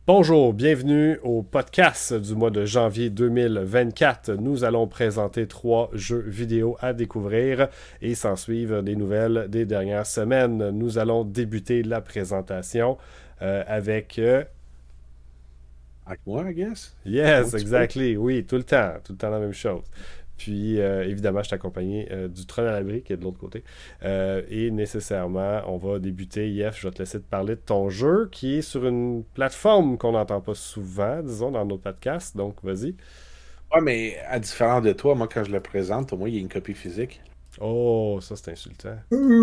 Bonjour, bienvenue au podcast du mois de janvier 2024. Nous allons présenter 3 jeux vidéo à découvrir et s'en suivre des nouvelles des dernières semaines. Nous allons débuter la présentation avec... Avec moi, I guess. Moi, Yes, tu peux. exactly. Oui, tout le temps la même chose. Puis, évidemment, je suis accompagné du trône à l'abri qui est de l'autre côté. Et nécessairement, on va débuter. Yef, je vais te laisser te parler de ton jeu qui est sur une plateforme qu'on n'entend pas souvent, disons, dans nos podcasts. Donc, vas-y. Ouais, mais à différent de toi, moi, quand je le présente, au moins, il y a une copie physique. Oh, ça, c'est insultant.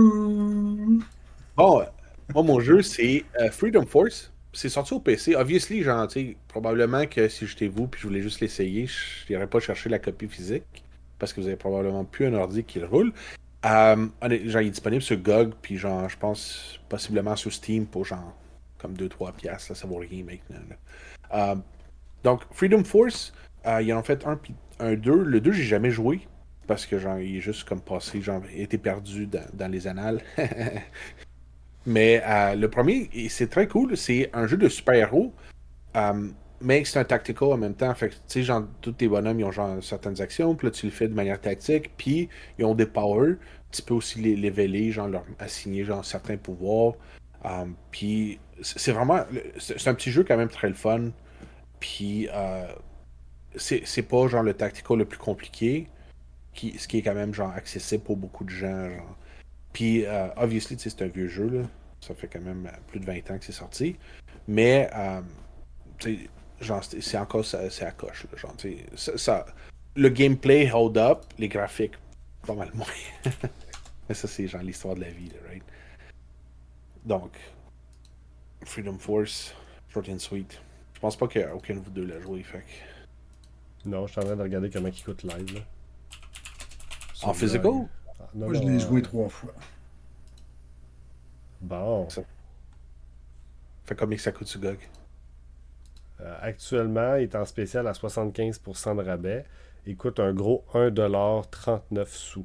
Bon, moi, mon jeu, c'est Freedom Force. C'est sorti au PC. Obviously, genre, tu sais, probablement que si j'étais vous puis je voulais juste l'essayer, je n'irais pas chercher la copie physique parce que vous avez probablement plus un ordi qui le roule. Genre, il est disponible sur GOG, puis genre, je pense possiblement sur Steam pour genre, comme 2-3 piastres, là, ça vaut rien maintenant, là. Donc, Freedom Force, ils en ont fait un, puis un 2. Le 2 j'ai jamais joué. Parce que genre, il est juste comme passé, genre, il était perdu dans les annales. Mais le premier, c'est très cool. C'est un jeu de super-héros. euh, mais c'est un tactical en même temps. Fait que, tu sais, genre, tous tes bonhommes, ils ont genre certaines actions. Puis là, tu le fais de manière tactique. Puis, ils ont des powers. Tu peux aussi les leveler, genre, leur assigner, genre, certains pouvoirs. Puis, c'est vraiment. C'est un petit jeu quand même très le fun. Puis, c'est pas genre le tactical le plus compliqué, ce qui est quand même genre accessible pour beaucoup de gens. Genre. Puis, obviously, tu sais, c'est un vieux jeu, là. Ça fait quand même plus de 20 ans que c'est sorti. Mais, tu sais, genre, c'est encore, c'est à coche, là. Genre, tu sais, le gameplay hold up, les graphiques, pas mal moins. Mais ça, c'est genre l'histoire de la vie, là, right? Donc, Freedom Force, short and sweet. Je pense pas qu'aucun de vous deux l'a joué, fait que... Non, je suis en train de regarder comment il coûte live, là, En sur GOG. physical? Ah, non, Moi, je non. l'ai joué 3 fois. Bon. Ça fait combien que ça coûte sur GOG? Actuellement, il est en spécial à 75% de rabais. Il coûte un gros 1,39 sous.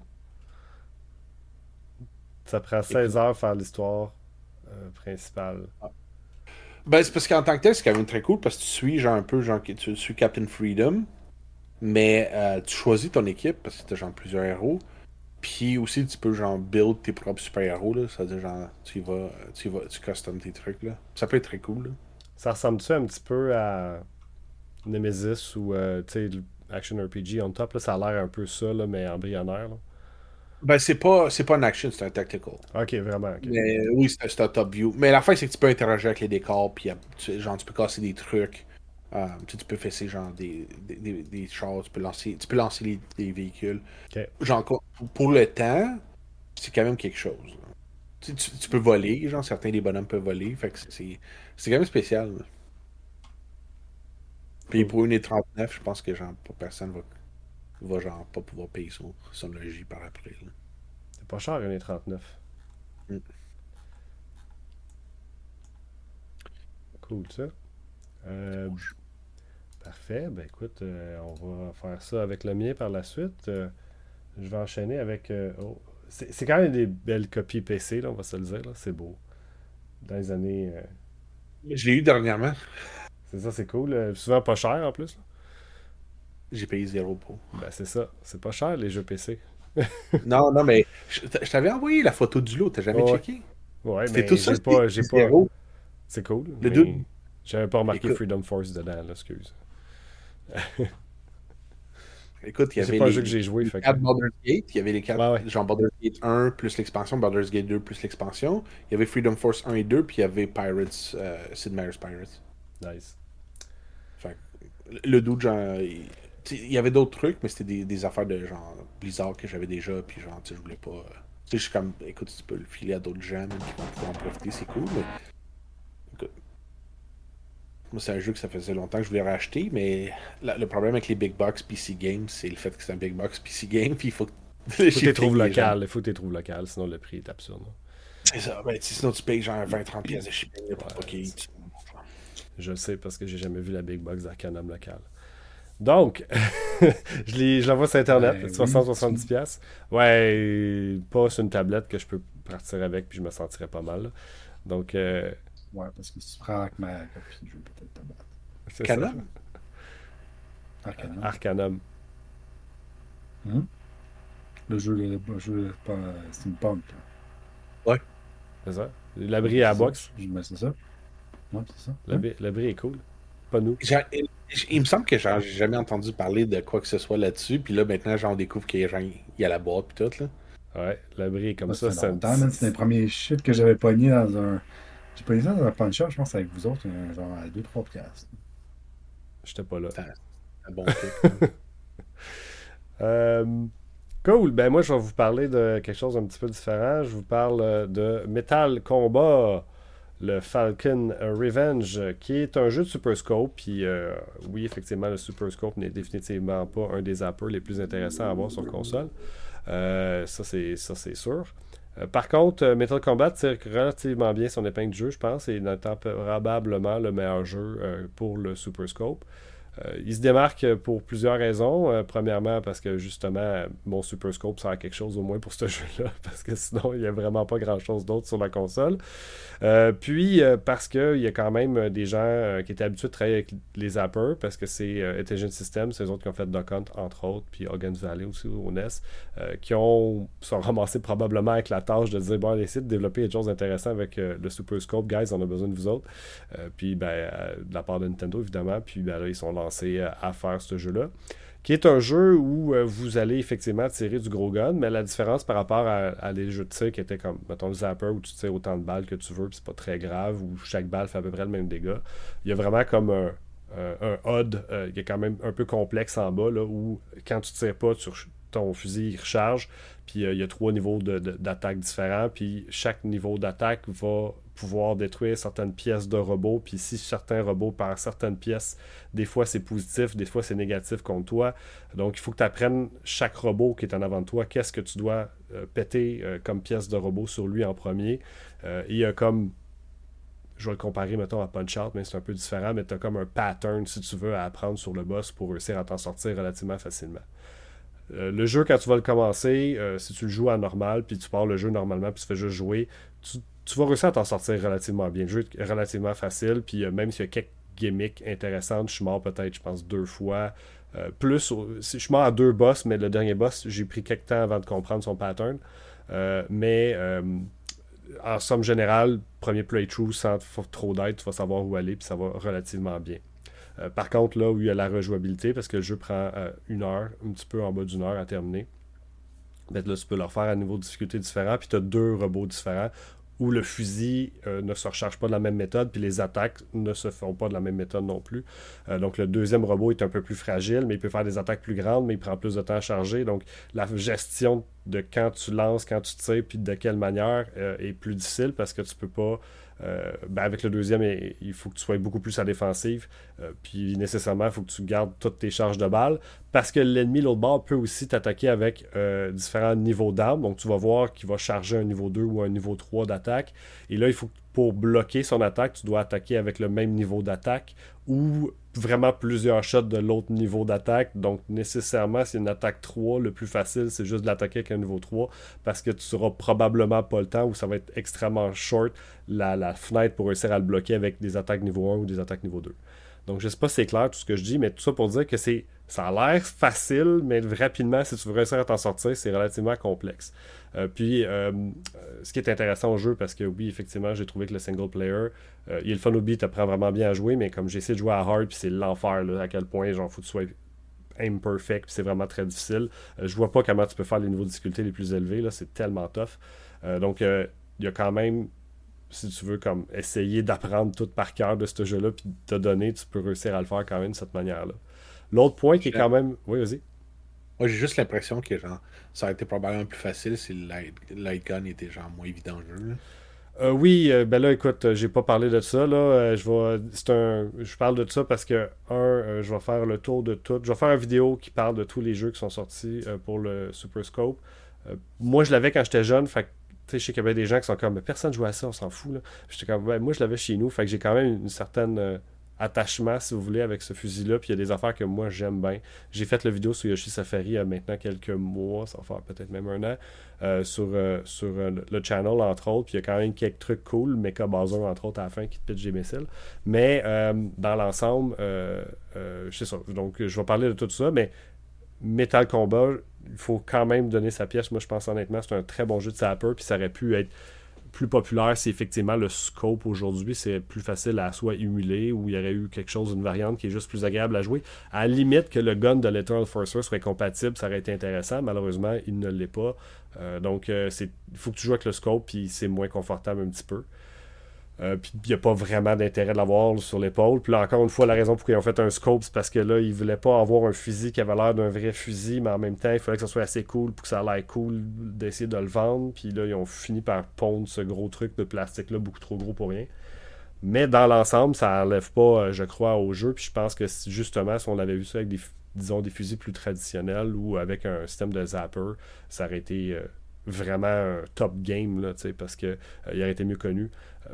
Ça prend Écoute. 16 heures faire l'histoire principale. Ben, c'est parce qu'en tant que tel, c'est quand même très cool parce que tu suis genre un peu, genre, tu suis Captain Freedom, mais tu choisis ton équipe parce que t'as genre plusieurs héros. Puis aussi, tu peux genre build tes propres super-héros, là. C'est-à-dire, genre, tu custom tes trucs, là. Ça peut être très cool, là. Ça ressemble-tu un petit peu à Nemesis ou tu sais, Action RPG on top? Là, ça a l'air un peu ça, là, mais embryonnaire. Là. Ben, c'est pas un action, c'est un tactical. Ok, vraiment, ok. Mais oui, c'est un top view. Mais la fin, c'est que tu peux interagir avec les décors, puis genre, tu peux casser des trucs. Tu sais, tu peux fesser genre des chars, tu peux lancer des véhicules. Ok. Genre, pour le temps, c'est quand même quelque chose, là. Tu peux voler, genre, certains des bonhommes peuvent voler, fait que c'est quand même spécial, là. Puis Cool. pour 1,39, je pense que genre, pas personne va genre pas pouvoir payer son logis par après, là. C'est pas cher, 1,39. Mm. Cool, ça. Euh, Parfait. Ben écoute, on va faire ça avec le mien par la suite. Je vais enchaîner avec. Oh, c'est quand même des belles copies PC, là, on va se le dire. Là. C'est beau. Dans les années. Je l'ai eu dernièrement, C'est ça, c'est cool. Souvent pas cher en plus. Là. j'ai payé 0 pour. Ben c'est ça. C'est pas cher les jeux PC. Non, non, mais je t'avais envoyé la photo du lot, t'as jamais Ouais, checké? ouais, C'était tout mais ça, j'ai c'était pas. J'ai pas. zéro. C'est cool, Le 2, mais j'avais pas remarqué écoute, Freedom Force dedans, là, excuse. écoute, il y C'est avait pas un jeu que j'ai joué, les fait que. 4 Baldur's Gate, il y avait les 4, Ouais, ouais. genre Baldur's Gate 1 plus l'expansion, Baldur's Gate 2 plus l'expansion, il y avait Freedom Force 1 et 2, puis il y avait Pirates, Sid Meier's Pirates. Nice. Fait que le doute, genre, il y avait d'autres trucs, mais c'était des affaires de genre Blizzard que j'avais déjà, puis genre, tu sais, je voulais pas. Tu sais, je suis comme, écoute, tu peux le filer à d'autres gens, même, qui vont pouvoir en profiter, c'est cool, mais écoute, moi, c'est un jeu que ça faisait longtemps que je voulais racheter, mais le problème avec les big box PC games, c'est le fait que c'est un big box PC game, puis il faut que le Faut que tu trouves shipping est genre. local, il faut que tu trouves local, sinon le prix est absurde. Là. C'est ça, ben, sinon tu payes genre 20-30 pièces de shipping là, pour pas Ouais, qu'il. je le sais parce que j'ai jamais vu la big box d'Arcanum local. Donc, je la vois sur Internet, Ben oui, 60-70$. Piastres. Ouais, pas sur une tablette que je peux partir avec puis je me sentirais pas mal. Là. Donc, Ouais, parce que si tu prends avec ma copie, je vais peut-être te battre. C'est ça. Canon? Arcanum. Arcanum. Hum? Le jeu pas steampunk. Là. Ouais. C'est ça. Ouais, L'abri à la c'est ça. boxe. Mais c'est ça. Ouais, c'est ça. Ouais. L'abri est cool. Pas nous. Il me semble que genre, j'ai jamais entendu parler de quoi que ce soit là-dessus. Puis là, maintenant, genre, on découvre qu'il y a, genre, il y a la boîte puis tout, là. Ouais, l'abri est comme Ça ça. fait longtemps, man. C'est les premiers shit que j'avais pogné dans un. J'ai pogné ça dans un punch-up, je pense, avec vous autres, genre à 2-3 piastres. J'étais pas là. C'est un bon pic. Euh, cool. Ben moi, je vais vous parler de quelque chose un petit peu différent. Je vous parle de Metal Combat, le Falcon Revenge, qui est un jeu de Super Scope. Puis oui, effectivement, le Super Scope n'est définitivement pas un des zappers les plus intéressants à avoir sur console. Ça, c'est sûr. Par contre, Metal Combat tire relativement bien son épingle du jeu, je pense, et est probablement le meilleur jeu pour le Super Scope. Il se démarque pour plusieurs raisons. Premièrement, parce que justement, mon Super Scope sert à quelque chose au moins pour ce jeu-là, parce que sinon, il n'y a vraiment pas grand-chose d'autre sur la console. Puis, parce qu'il y a quand même des gens qui étaient habitués de travailler avec les zappers, parce que c'est Intelligent Systems, c'est eux autres qui ont fait Duck Hunt, entre autres, puis Hogan's Valley aussi au NES, qui sont ramassés probablement avec la tâche de dire, bon, on essaie de développer quelque chose d'intéressant avec le Super Scope, guys, on a besoin de vous autres. Puis, de la part de Nintendo, évidemment, puis là, ils sont lancés à faire ce jeu-là, qui est un jeu où vous allez effectivement tirer du gros gun, mais la différence par rapport à des jeux de tir qui étaient comme, mettons, le Zapper, où tu tires autant de balles que tu veux, puis c'est pas très grave, où chaque balle fait à peu près le même dégât. Il y a vraiment comme un HUD qui est quand même un peu complexe en bas, là, où quand tu tires pas, ton fusil il recharge, puis il y a 3 niveaux d'attaque différents, puis chaque niveau d'attaque va pouvoir détruire certaines pièces de robots, puis si certains robots perdent certaines pièces, des fois c'est positif, des fois c'est négatif contre toi. Donc il faut que tu apprennes chaque robot qui est en avant de toi, qu'est-ce que tu dois péter comme pièce de robot sur lui en premier. Il y a comme, je vais le comparer, mettons, à Punch-Out, mais c'est un peu différent, mais tu as comme un pattern, si tu veux, à apprendre sur le boss pour réussir à t'en sortir relativement facilement. Le jeu, quand tu vas le commencer, si tu le joues à normal, puis tu pars le jeu normalement, puis tu fais juste jouer, tu vas réussir à t'en sortir relativement bien. Le jeu est relativement facile, puis même s'il y a quelques gimmicks intéressantes, je suis mort peut-être, je pense, 2 fois. Je suis mort à 2 boss, mais le dernier boss, j'ai pris quelques temps avant de comprendre son pattern. Mais en somme générale, premier playthrough sans trop d'aide, tu vas savoir où aller, puis ça va relativement bien. Par contre, là où il y a la rejouabilité, parce que le jeu prend 1 heure, un petit peu en bas d'1 heure à terminer, ben là, tu peux le refaire à un niveau de difficulté différent, puis tu as 2 robots différents, où le fusil ne se recharge pas de la même méthode, puis les attaques ne se font pas de la même méthode non plus. Donc le deuxième robot est un peu plus fragile, mais il peut faire des attaques plus grandes, mais il prend plus de temps à charger. Donc la gestion de quand tu lances, quand tu tires, puis de quelle manière est plus difficile, parce que tu peux pas... avec le deuxième, il faut que tu sois beaucoup plus à défensive. Puis nécessairement, il faut que tu gardes toutes tes charges de balles. Parce que l'ennemi, l'autre bord, peut aussi t'attaquer avec différents niveaux d'armes. Donc tu vas voir qu'il va charger un niveau 2 ou un niveau 3 d'attaque. Et là, il faut que pour bloquer son attaque, tu dois attaquer avec le même niveau d'attaque ou vraiment plusieurs shots de l'autre niveau d'attaque. Donc nécessairement, c'est une attaque 3. Le plus facile, c'est juste de l'attaquer avec un niveau 3 parce que tu n'auras probablement pas le temps ou ça va être extrêmement short la fenêtre pour réussir à le bloquer avec des attaques niveau 1 ou des attaques niveau 2. Donc je sais pas si c'est clair tout ce que je dis, mais tout ça pour dire que ça a l'air facile, mais rapidement, si tu veux réussir à t'en sortir, c'est relativement complexe. Ce qui est intéressant au jeu, parce que oui, effectivement, j'ai trouvé que le single player, il est le fun au beat, t'apprends vraiment bien à jouer, mais comme j'ai essayé de jouer à hard, puis c'est l'enfer, là, à quel point, genre, faut que tu sois aim perfect, puis c'est vraiment très difficile. Je vois pas comment tu peux faire les niveaux de difficulté les plus élevés, là, c'est tellement tough. Donc, il y a quand même, si tu veux, comme essayer d'apprendre tout par cœur de ce jeu-là, puis de te donner, tu peux réussir à le faire quand même de cette manière-là. L'autre point qui est quand même... Oui, vas-y. Moi, j'ai juste l'impression que genre, ça a été probablement plus facile si le light gun était genre moins évident en jeu. Oui, ben là, écoute, j'ai pas parlé de ça, là. Je parle de ça parce que, je vais faire le tour de tout. Je vais faire une vidéo qui parle de tous les jeux qui sont sortis pour le Super Scope. Moi, je l'avais quand j'étais jeune, fait que, tu sais, je sais qu'il y avait des gens qui sont comme, personne joue à ça, on s'en fout, là. J'étais comme, moi, je l'avais chez nous, fait que j'ai quand même une certaine attachement, si vous voulez, avec ce fusil-là. Puis il y a des affaires que moi, j'aime bien. J'ai fait la vidéo sur Yoshi Safari il y a maintenant quelques mois, ça va faire peut-être même un an, sur le channel, entre autres. Puis il y a quand même quelques trucs cool. Mecha Bowser, entre autres, à la fin, qui te pitch des missiles. Mais dans l'ensemble, c'est ça. Donc, je vais parler de tout ça, mais Metal Combat, il faut quand même donner sa pièce. Moi, je pense honnêtement, c'est un très bon jeu de Zapper, puis ça aurait pu être plus populaire si effectivement le scope aujourd'hui c'est plus facile à soit émuler ou il y aurait eu quelque chose, une variante qui est juste plus agréable à jouer. À la limite que le gun de Lethal Forcer soit compatible, ça aurait été intéressant. Malheureusement, il ne l'est pas. Donc, il faut que tu joues avec le scope, puis c'est moins confortable un petit peu. Puis il n'y a pas vraiment d'intérêt de l'avoir sur l'épaule. Puis là, encore une fois, la raison pour laquelle ils ont fait un scope, c'est parce que là, ils voulaient pas avoir un fusil qui avait l'air d'un vrai fusil, mais en même temps, il fallait que ça soit assez cool pour que ça ait l'air cool d'essayer de le vendre. Puis là, ils ont fini par pondre ce gros truc de plastique-là, beaucoup trop gros pour rien. Mais dans l'ensemble, ça n'enlève pas, je crois, au jeu. Puis je pense que justement, si on avait vu ça avec des fusils plus traditionnels ou avec un système de zapper, ça aurait été vraiment un top game, là, parce qu'il aurait été mieux connu.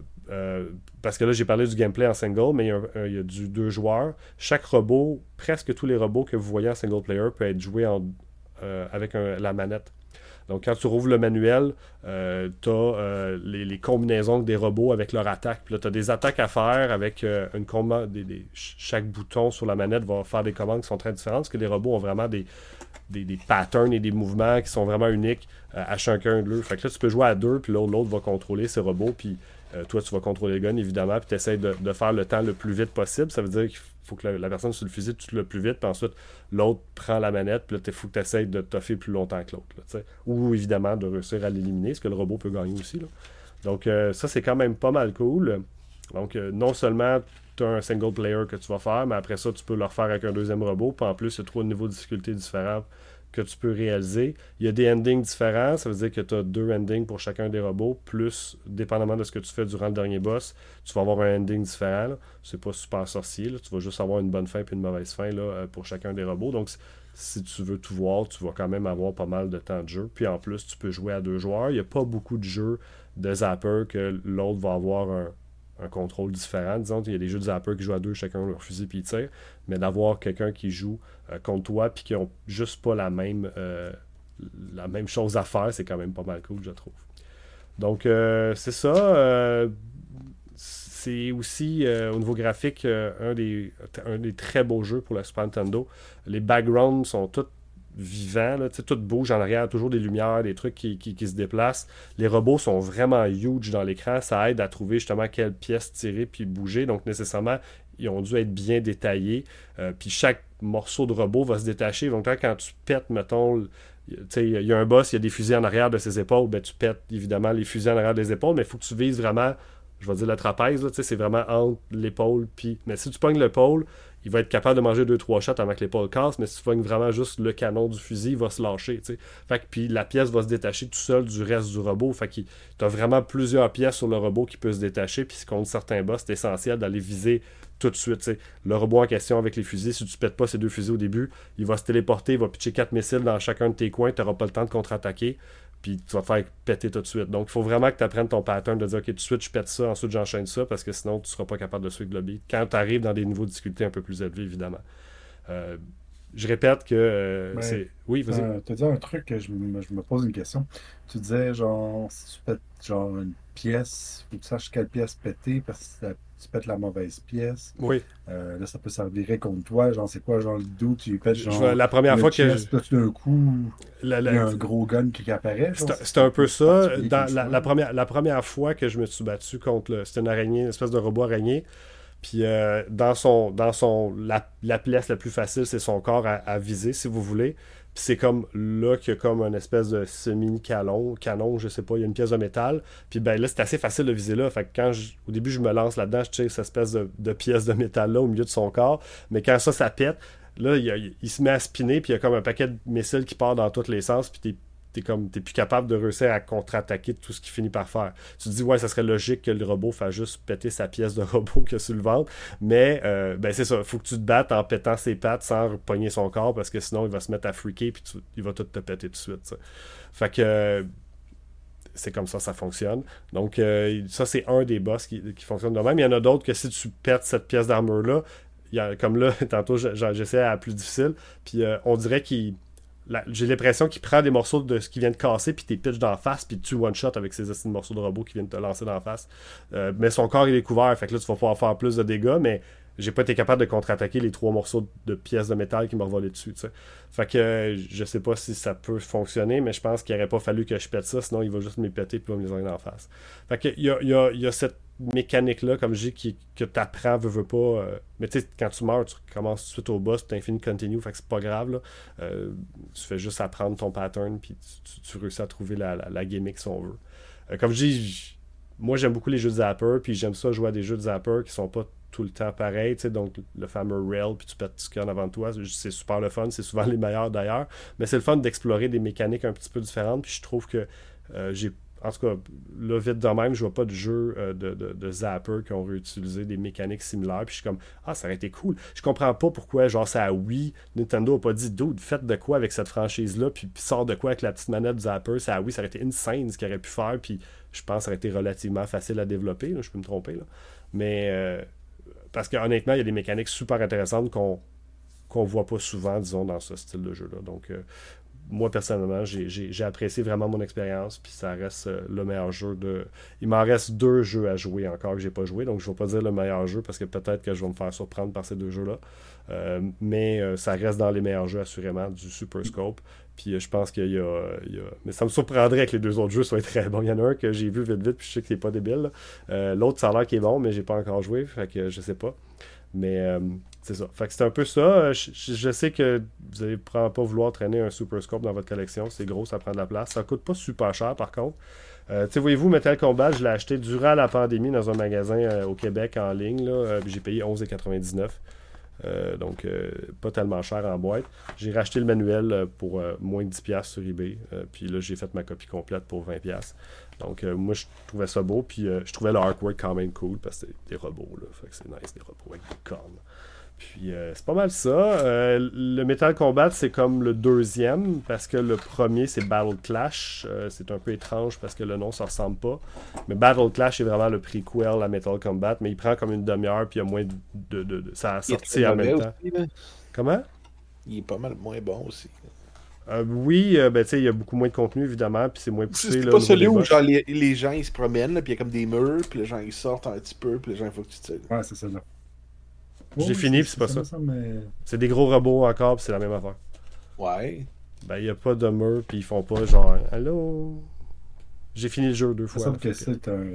Parce que là, j'ai parlé du gameplay en single, mais il y a du 2 joueurs. Chaque robot, presque tous les robots que vous voyez en single player, peut être joué avec la manette. Donc, quand tu rouvres le manuel, tu as les combinaisons des robots avec leur attaque. Puis là, tu as des attaques à faire avec une commande. Chaque bouton sur la manette va faire des commandes qui sont très différentes, parce que les robots ont vraiment des patterns et des mouvements qui sont vraiment uniques à chacun d'eux. Fait que là, tu peux jouer à deux, puis l'autre va contrôler ces robots, puis toi, tu vas contrôler le gun, évidemment, puis tu essaies de faire le temps le plus vite possible. Ça veut dire qu'il faut que la personne sur le fusil tue le plus vite, puis ensuite, l'autre prend la manette, puis là, il faut que tu essaies de toffer plus longtemps que l'autre. Là, ou, évidemment, de réussir à l'éliminer, parce que le robot peut gagner aussi. Là. Donc, ça, c'est quand même pas mal cool. Donc, non seulement tu as un single player que tu vas faire, mais après ça, tu peux le refaire avec un deuxième robot, puis en plus, il y a 3 niveaux de difficulté différents que tu peux réaliser. Il y a des endings différents, ça veut dire que tu as 2 endings pour chacun des robots, plus, dépendamment de ce que tu fais durant le dernier boss, tu vas avoir un ending différent. Là. C'est pas super sorcier, là. Tu vas juste avoir une bonne fin puis une mauvaise fin là, pour chacun des robots. Donc, si tu veux tout voir, tu vas quand même avoir pas mal de temps de jeu. Puis en plus, tu peux jouer à 2 joueurs. Il n'y a pas beaucoup de jeux de zapper que l'autre va avoir un contrôle différent. Disons, il y a des jeux de zapper qui jouent à 2, chacun leur fusil puis ils tirent. Mais d'avoir quelqu'un qui joue contre toi puis qui n'ont juste pas la même chose à faire, c'est quand même pas mal cool, je trouve. Donc, c'est ça. C'est aussi, au niveau graphique, un des très beaux jeux pour la Super Nintendo. Les backgrounds sont tous vivants, là, tout bouge en arrière, toujours des lumières, des trucs qui se déplacent. Les robots sont vraiment huge dans l'écran, ça aide à trouver justement quelle pièce tirer puis bouger, donc nécessairement ils ont dû être bien détaillés, puis chaque morceau de robot va se détacher, donc quand tu pètes, mettons, il y a un boss, il y a des fusils en arrière de ses épaules, ben tu pètes évidemment les fusils en arrière des épaules, mais il faut que tu vises vraiment, je vais dire le trapèze, là, c'est vraiment entre l'épaule, puis mais si tu pognes l'épaule, il va être capable de manger 2-3 shots avant que l'épaule casse, mais si tu pognes vraiment juste le canon du fusil, il va se lâcher. T'sais. Fait que puis la pièce va se détacher tout seul du reste du robot. Fait que tu as vraiment plusieurs pièces sur le robot qui peuvent se détacher, puis contre certains boss, c'est essentiel d'aller viser tout de suite. T'sais. Le robot en question avec les fusils, si tu pètes pas ces 2 fusils au début, il va se téléporter, il va pitcher 4 missiles dans chacun de tes coins, tu n'auras pas le temps de contre-attaquer, puis tu vas te faire péter tout de suite. Donc, il faut vraiment que tu apprennes ton pattern de dire, OK, tout de suite, je pète ça, ensuite, j'enchaîne ça, parce que sinon, tu ne seras pas capable de suivre le beat. Quand tu arrives dans des niveaux de difficulté un peu plus élevés, évidemment. Je répète que c'est... Oui, vas-y. Tu as dit un truc que je me pose une question. Tu disais, genre, si tu pètes genre une pièce, faut que tu saches quelle pièce péter, parce que tu pètes la mauvaise pièce. Oui. Là, ça peut servir contre toi. Genre, c'est quoi, genre, le dos, tu pètes, genre... La première fois que... Là, tout d'un coup, il y a un gros gun qui apparaît. C'est un peu ça. Dans la première fois que je me suis battu contre... C'était une araignée, une espèce de robot araignée. Puis la pièce la plus facile, c'est son corps à viser, si vous voulez. Puis c'est comme là qu'il y a comme une espèce de semi-canon, je sais pas, il y a une pièce de métal. Puis ben là, c'est assez facile de viser là. Fait que au début, je me lance là-dedans, je tire cette espèce de pièce de métal là au milieu de son corps. Mais quand ça pète, là, il se met à spinner, puis il y a comme un paquet de missiles qui part dans tous les sens, puis t'es plus capable de réussir à contre-attaquer tout ce qu'il finit par faire. Tu te dis, ouais, ça serait logique que le robot fasse juste péter sa pièce de robot qu'il a sur le ventre, mais ben c'est ça, il faut que tu te battes en pétant ses pattes sans pogner son corps, parce que sinon il va se mettre à freaker, puis il va tout te péter tout de suite. Ça. Fait que c'est comme ça fonctionne. Donc, ça, c'est un des boss qui fonctionne de même. Il y en a d'autres que si tu perds cette pièce d'armure-là, comme là, tantôt, j'essaie à la plus difficile, puis on dirait j'ai l'impression qu'il prend des morceaux de ce qui vient de casser, puis t'es pitch d'en face, puis tu one-shot avec ces morceaux de robot qui viennent te lancer d'en face. Mais son corps, il est couvert, fait que là, tu vas pouvoir faire plus de dégâts, mais j'ai pas été capable de contre-attaquer les 3 morceaux de pièces de métal qui m'ont volé dessus, t'sais. Fait que je sais pas si ça peut fonctionner, mais je pense qu'il aurait pas fallu que je pète ça, sinon il va juste me péter puis il va me les envoyer d'en face. Fait que il y a cette mécanique-là, comme je dis, que t'apprends, veux pas. Mais tu sais, quand tu meurs, tu commences tout de suite au boss, tu infini continue, fait que c'est pas grave, là. Tu fais juste apprendre ton pattern, puis tu réussis à trouver la gimmick, si on veut. Comme je dis, moi j'aime beaucoup les jeux de Zapper, puis j'aime ça jouer à des jeux de Zapper qui sont pas tout le temps pareil, tu sais, donc le fameux rail, puis tu pètes ce qu'il y a en avant de toi, c'est super le fun, c'est souvent les meilleurs d'ailleurs, mais c'est le fun d'explorer des mécaniques un petit peu différentes, puis je trouve que en tout cas, là, vite de même, je vois pas de jeu de Zapper qui ont réutilisé des mécaniques similaires, puis je suis comme, ça aurait été cool. Je comprends pas pourquoi, genre, c'est à Wii, Nintendo a pas dit, dude, faites de quoi avec cette franchise-là, puis sort de quoi avec la petite manette de Zapper, c'est à Wii, ça aurait été insane ce qu'il aurait pu faire, puis je pense que ça aurait été relativement facile à développer, là, je peux me tromper, là. Mais parce que honnêtement, il y a des mécaniques super intéressantes qu'on voit pas souvent, disons, dans ce style de jeu-là. Donc, moi, personnellement, j'ai apprécié vraiment mon expérience, puis ça reste le meilleur jeu de... Il m'en reste 2 jeux à jouer encore que j'ai pas joué, donc je vais pas dire le meilleur jeu, parce que peut-être que je vais me faire surprendre par ces 2 jeux-là. Mais ça reste dans les meilleurs jeux, assurément, du Super Scope. Puis je pense qu'il y a... Mais ça me surprendrait que les 2 autres jeux soient très bons. Il y en a un que j'ai vu vite, puis je sais que c'est pas débile. L'autre, ça a l'air qu'il est bon, mais j'ai pas encore joué, fait que je sais pas. Mais c'est ça. Fait que c'est un peu ça. Je sais que vous allez probablement pas vouloir traîner un Super Scope dans votre collection. C'est gros, ça prend de la place. Ça coûte pas super cher, par contre. Tu sais, voyez-vous, Metal Combat, je l'ai acheté durant la pandémie dans un magasin au Québec en ligne. Là, j'ai payé 11,99$. Donc, pas tellement cher en boîte. J'ai racheté le manuel pour moins de 10$ sur eBay. Puis là, j'ai fait ma copie complète pour 20$. Donc, moi, je trouvais ça beau. Puis je trouvais le artwork quand même cool parce que c'est des robots. Là, fait que c'est nice, des robots avec des cornes. Puis c'est pas mal ça. Le Metal Combat, c'est comme le deuxième, parce que le premier, c'est Battle Clash. C'est un peu étrange parce que le nom, ça ressemble pas. Mais Battle Clash est vraiment le prequel à Metal Combat, mais il prend comme une demi-heure, puis il y a moins ça a sorti en même temps. Aussi, comment? Il est pas mal moins bon aussi. Oui, ben tu sais, il y a beaucoup moins de contenu, évidemment, puis c'est moins poussé. C'est pas celui où genre, les gens, ils se promènent, puis il y a comme des murs, puis les gens, ils sortent un petit peu, puis les gens, il faut que tu te... Ouais, c'est ça, là. J'ai fini, puis c'est pas ça. Mais... C'est des gros robots encore, puis c'est la même affaire. Ouais. Ben, il n'y a pas de mur, puis ils font pas genre « Allô? » J'ai fini le jeu 2 fois. Ça me semble que c'est un...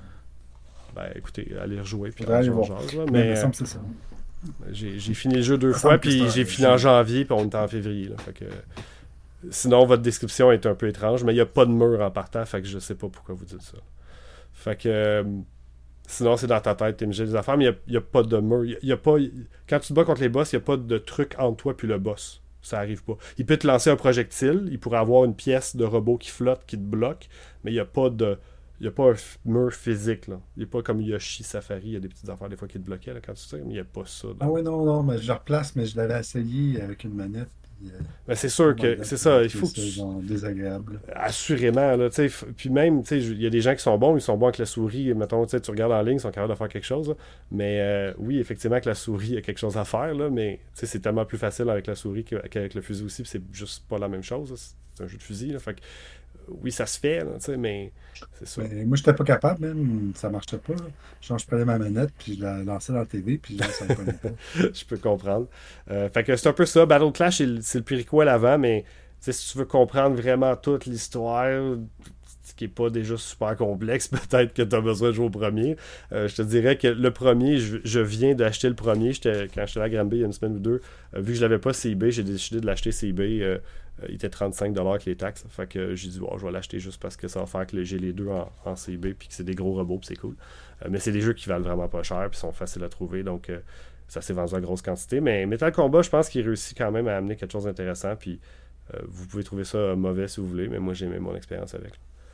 Ben, écoutez, allez rejouer, puis on mais me semble que c'est ça. J'ai fini le jeu 2 fois, puis j'ai fini en janvier, puis on est en février, là. Fait que... Sinon, votre description est un peu étrange, mais il n'y a pas de mur en partant, fait que je sais pas pourquoi vous dites ça. Fait que... Sinon, c'est dans ta tête, t'es des affaires, mais il n'y a pas de mur. Y a pas... Quand tu te bats contre les boss, il n'y a pas de truc entre toi puis le boss. Ça arrive pas. Il peut te lancer un projectile, il pourrait avoir une pièce de robot qui flotte, qui te bloque, mais il n'y a pas de... Il n'y a pas un mur physique, là. Il n'y a pas comme Yoshi Safari, il y a des petites affaires des fois qui te bloquaient, là, quand tu sais, mais il n'y a pas ça. Ah oui, non, mais je le replace, mais je l'avais essayé avec une manette. Ben c'est sûr que c'est ça, il faut que c'est désagréable. Assurément, là, tu sais, puis même, tu sais, il y a des gens qui sont bons, ils sont bons avec la souris, mettons, tu sais, tu regardes en ligne, ils sont capables de faire quelque chose, là. Mais oui, effectivement, avec la souris, il y a quelque chose à faire, là, mais tu sais, c'est tellement plus facile avec la souris qu'avec le fusil aussi, puis c'est juste pas la même chose, là. C'est un jeu de fusil, là, fait que oui, ça se fait, là, tu sais, mais c'est ça. Mais moi, j'étais pas capable, même, ça marchait pas. Genre, je prenais ma manette, puis je la lançais dans la TV, puis genre, ça me prenait pas. Je peux comprendre. Fait que c'est un peu ça. Battle Clash, c'est le prequel avant, mais si tu veux comprendre vraiment toute l'histoire, ce qui est pas déjà super complexe, peut-être que tu as besoin de jouer au premier. Je te dirais que le premier, je viens d'acheter le premier. Quand j'étais à Granby il y a une semaine ou deux, vu que je l'avais pas CB, j'ai décidé de l'acheter CB. Il était 35$ avec les taxes. Fait que j'ai dit, je vais l'acheter juste parce que ça va faire que j'ai les deux en CB, puis que c'est des gros robots, puis c'est cool. Mais c'est des jeux qui valent vraiment pas cher, puis sont faciles à trouver, donc ça s'est vendu en grosse quantité. Mais Metal Combat, je pense qu'il réussit quand même à amener quelque chose d'intéressant, puis vous pouvez trouver ça mauvais si vous voulez, mais moi j'ai aimé mon expérience avec.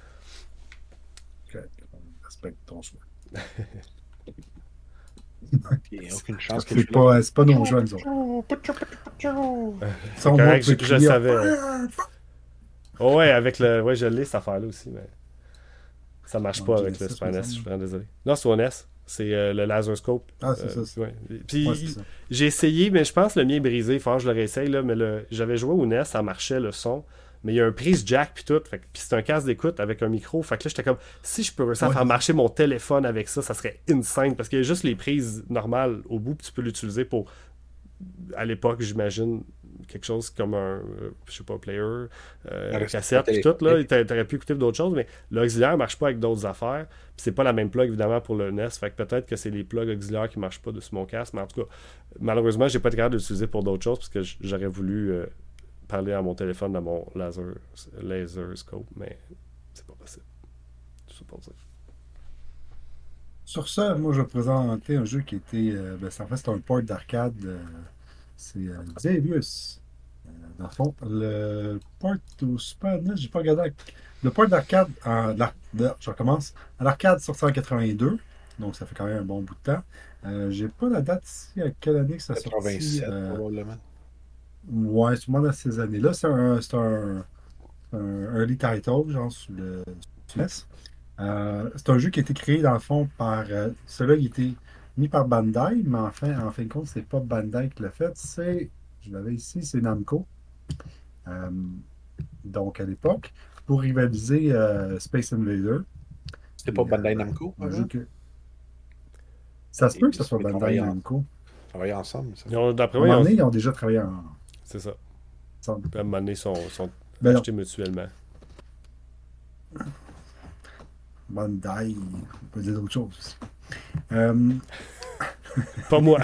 Ok, on respecte ton choix. Il n'y a aucune chance que c'est pas nos jeux, nous autres. C'est correct, je le savais. Oh ouais, avec le... Ouais, je l'ai, cette affaire-là aussi, mais... Ça marche En pas avec le Genesis, Super me NES, je semble. suis vraiment désolé. Non, c'est au NES. C'est le Laser Scope. Ah, c'est ça. Ouais. Ouais, c'est Puis ça. j'ai essayé, mais je pense que le mien est brisé. Il faut que je le réessaye, là, mais j'avais joué au NES, ça marchait le son. Mais il y a un prise jack puis tout. Puis c'est un casque d'écoute avec un micro. Fait que là, j'étais comme, si je peux réussir à Ouais, faire c'est ça. marcher mon téléphone avec ça, ça serait insane. Parce qu'il y a juste les prises normales au bout, puis tu peux l'utiliser pour, à l'époque, j'imagine, quelque chose comme un, je sais pas, player, Un cassette, réceptacle puis tout, là, électrique. t'aurais pu écouter d'autres choses, mais l'auxiliaire marche pas avec d'autres affaires, puis c'est pas la même plug, évidemment, pour le NES, fait que peut-être que c'est les plugs auxiliaires qui marchent pas dessus mon casque, mais en tout cas, malheureusement, j'ai pas été capable de l'utiliser pour d'autres choses, parce que j'aurais voulu parler à mon téléphone, à mon laser scope, mais c'est pas possible. Tout ça pour dire. Sur ça, moi, je vais présenter un jeu qui était. En fait, c'est un port d'arcade. C'est Xavius. Dans le fond, le port au Super NES, j'ai pas regardé. Le port d'arcade, je recommence. À l'arcade sorti en 82, donc ça fait quand même un bon bout de temps. J'ai pas la date ici, à quelle année que ça sorti. 87, probablement. Ouais, sûrement dans ces années-là. C'est un early title, genre sur NES. C'est un jeu qui a été créé dans le fond par. Celui-là, il a été mis par Bandai, mais en fin de compte, c'est pas Bandai qui l'a fait. Je l'avais ici, c'est Namco. Euh, donc, à l'époque, pour rivaliser Space Invader. C'était pas Et, Bandai Namco un jeu avant? que. Ça se peut que ce soit Ils Bandai Namco. travaillaient ensemble, ça. D'après À un moi, moment donné, ils ont déjà travaillé c'est ça. ensemble. Puis à un moment donné, ils sont Ben non, achetés mutuellement. Bandai, on peut dire d'autres choses aussi. Euh, Pas moi.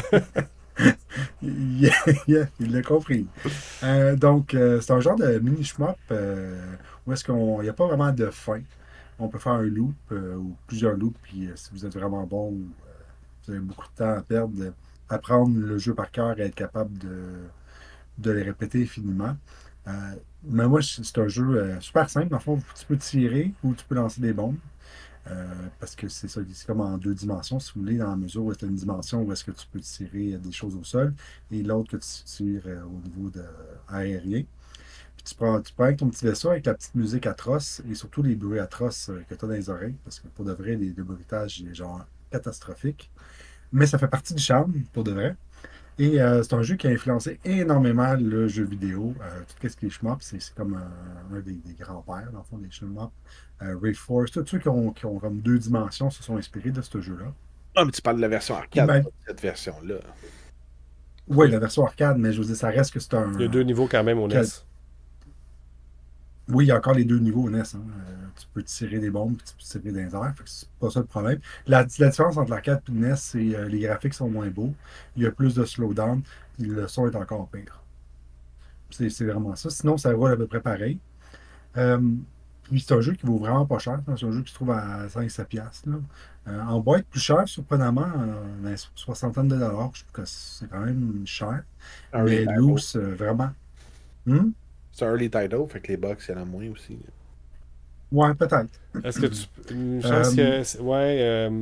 Yeah, yeah, il l'a compris. C'est un genre de mini shmup où est-ce qu'il n'y a pas vraiment de fin. On peut faire un loop ou plusieurs loops, puis si vous êtes vraiment bon, vous avez beaucoup de temps à perdre, apprendre le jeu par cœur et être capable de les répéter infiniment. Euh, mais moi, c'est un jeu super simple. En fond, tu peux tirer ou tu peux lancer des bombes. Parce que c'est ça, c'est comme en deux dimensions, si vous voulez, dans la mesure où c'est une dimension où est-ce que tu peux tirer des choses au sol et l'autre que tu tires au niveau aérien. Puis tu prends avec ton petit vaisseau avec la petite musique atroce et surtout les bruits atroces que tu as dans les oreilles, parce que pour de vrai, le bruitage est genre catastrophique. Mais ça fait partie du charme, pour de vrai. Et c'est un jeu qui a influencé énormément le jjeu vidéo. Tout ce qui est shmup, c'est comme un des grands-pères, dans le fond, des shmup. Ray Force, tous ceux qui ont comme deux dimensions se sont inspirés de ce jeu-là. Ah, mais tu parles de la version Puis arcade, pas de cette version-là. oui, la version arcade, mais je veux dire, ça reste que c'est Il y a deux niveaux quand même au quel- NES. Oui, il y a encore les deux niveaux au NES. Hein. Tu peux tirer des bombes, puis tu peux tirer des airs. Fait que c'est pas ça le problème. La différence entre l'arcade et le NES, c'est les graphiques sont moins beaux. Il y a plus de slowdown. Puis le son est encore pire. C'est vraiment ça. Sinon, ça roule à peu près pareil. Euh, Puis c'est un jeu qui vaut vraiment pas cher. C'est un jeu qui se trouve à 5-7 piastres, là. En boîte, plus cher, surprenamment, dans les soixantaine de dollars. Je trouve que c'est quand même cher. Un early Mais title. loose, vraiment. Hmm? C'est un early title, fait que les box, il y en a moins aussi. Ouais, peut-être. Est-ce que tu. Je pense Euh, que. Ouais.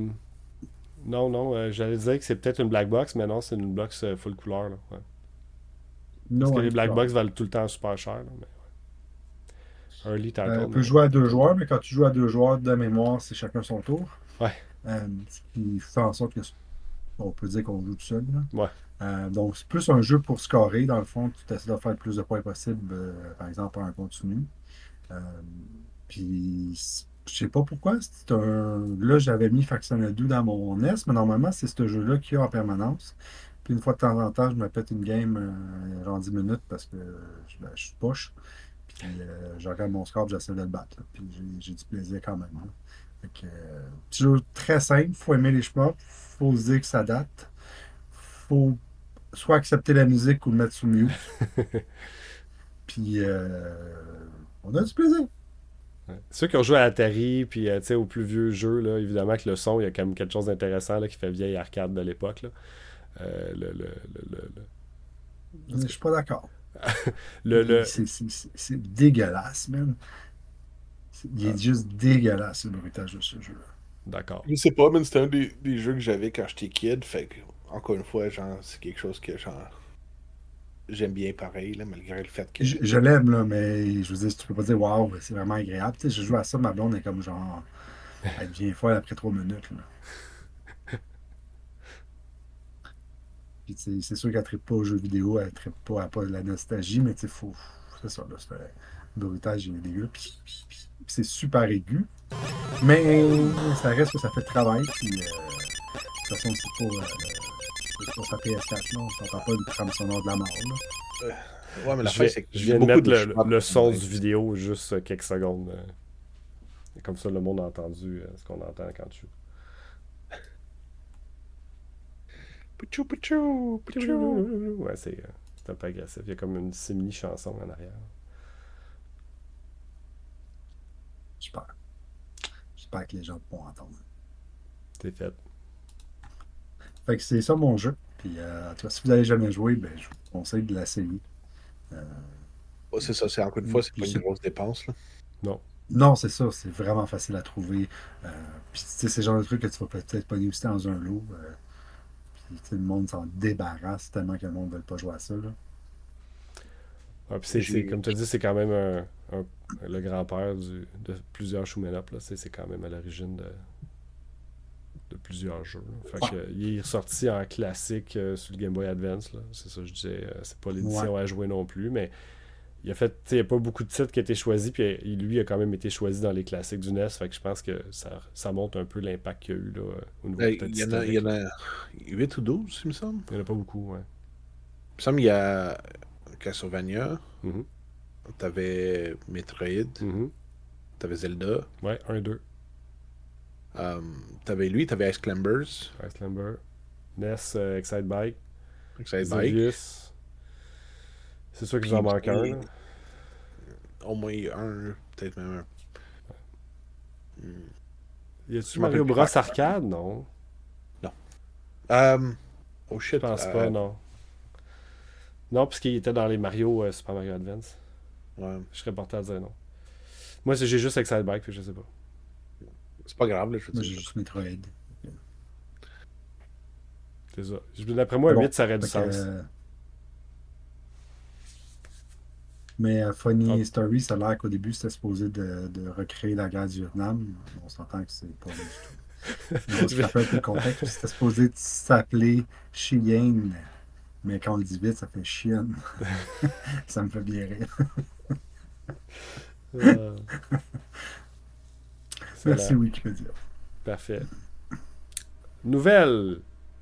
Non, non. J'allais dire que c'est peut-être une black box, mais non, c'est une box full couleur. Là, ouais. Parce no que les black Anticolor. box valent tout le temps super cher. Là, mais early title, Peut mais. jouer à deux joueurs, mais quand tu joues à deux joueurs de mémoire, c'est chacun son tour. Ouais. Ce qui fait en sorte que on peut dire qu'on joue tout seul, là. Ouais. Donc, c'est plus un jeu pour scorer. Dans le fond, tu essaies de faire le plus de points possible, par exemple, en continu. Euh, je sais pas pourquoi. Là, j'avais mis Factional 2 dans mon NES, mais normalement, c'est ce jeu-là qu'il y a en permanence. Puis une fois de temps en temps, je me pète une game genre 10 minutes parce que je suis poche. Puis je regarde mon score, puis j'essaie de le battre, là. Puis j'ai du plaisir quand même, là. Fait que, petit jeu très simple, faut aimer les shmups, faut se dire que ça date. Faut soit accepter la musique ou le mettre sous mute. Puis on a du plaisir. Ouais. Ceux qui ont joué à Atari, puis tu sais, aux plus vieux jeux, là, évidemment que le son, il y a quand même quelque chose d'intéressant là, qui fait vieille arcade de l'époque. Là. En Je tout suis pas d'accord. cas, le- C'est dégueulasse, man. Il est juste dégueulasse, le bruitage de ce jeu-là. D'accord. Je sais pas, mais c'était un des jeux que j'avais quand j'étais kid, fait que, encore une fois, genre, c'est quelque chose que, genre, j'aime bien pareil, là, malgré le fait que... Je l'aime, là, mais je veux dire, tu peux pas dire, waouh, c'est vraiment agréable. Tu sais, je joue à ça, ma blonde est comme genre. Elle devient folle après 3 minutes. Là. Puis, c'est sûr qu'elle ne trippe pas aux jeux vidéo, elle ne trippe pas à pas de la nostalgie, mais faut. C'est ça, là. C'est un bruitage dégueu. Puis c'est super aigu. Mais ça reste que ça fait travail. Puis, de toute façon, c'est pour sa PS4, non? On s'entend pas une trame sonore de la mort, là. Ouais, mais la Je fin, viens, c'est qu'il je y a viens de beaucoup mettre de choix. le son du vidéo juste quelques secondes. Et comme ça, le monde a entendu ce qu'on entend quand tu Puchou, puchou, puchou. joues. Ouais, c'est un peu agressif. Il y a comme une simili-chanson en arrière. Super. J'espère que les gens vont entendre. C'est fait. Fait que c'est ça mon jeu. Puis, en tout cas, si vous n'avez jamais joué, ben, je vous conseille de l'essayer. Ouais, c'est ça, c'est encore une fois, c'est pas Puis une grosse dépense, là. Non. non, c'est ça, c'est vraiment facile à trouver. Puis, tu sais, c'est le genre de truc que tu vas peut-être pas aussi dans un lot. Puis, tu sais, le monde s'en débarrasse tellement que le monde ne veut pas jouer à ça. Là. Ouais, puis J'ai comme tu as dit, c'est quand même le grand-père de plusieurs shoot'em up. Là. C'est quand même à l'origine de plusieurs jeux. Là. Fait Ouais. que, il est ressorti en classique sur le Game Boy Advance. Là. C'est ça, je disais. C'est pas Ouais. l'édition à jouer non plus, mais il a fait, tu sais, il n'y a pas beaucoup de titres qui ont été choisis, puis lui a quand même été choisi dans les classiques du NES. Fait que je pense que ça montre un peu l'impact qu'il y a eu là, au niveau peut-être il y en historique. a 8 ou 12, il me semble. Il n'y en a pas beaucoup, ouais. Il me semble qu'il y a Castlevania, Mhm. t'avais Metroid, Mhm. t'avais Zelda, Ouais, 1, 2. t'avais Ice Climbers, Ice Climber. NES, Excite Bike. Excite Bike, Xevious. C'est sûr qu'il nous puis en manque un, là. au moins un, peut-être même un. Hmm, Y a-tu Je m'en Mario rappelle Bros plus. Arcade? Non. Non. Euh, oh Je shit. pense pas, non. Non, puisqu'il était dans les Mario Super Mario Advance. Ouais. Je serais porté à dire non. Moi, j'ai juste Excite Bike, puis je sais pas. C'est pas grave, là, je veux Moi, j'ai dire. juste Metroid. C'est ça. D'après moi, C'est bon. 8, ça aurait du Fait que, sens. mais Ah, Funny Story, ça a l'air qu'au début, c'était supposé de recréer la guerre du Vietnam. On s'entend que c'est pas du tout. On se rappelle un peu le contexte. C'était supposé s'appeler Cheyenne. Mais quand on le dit vite, ça fait chienne. Ça me fait bien rire. Euh, Merci excellent. Wikipédia. Parfait. Nouvelle.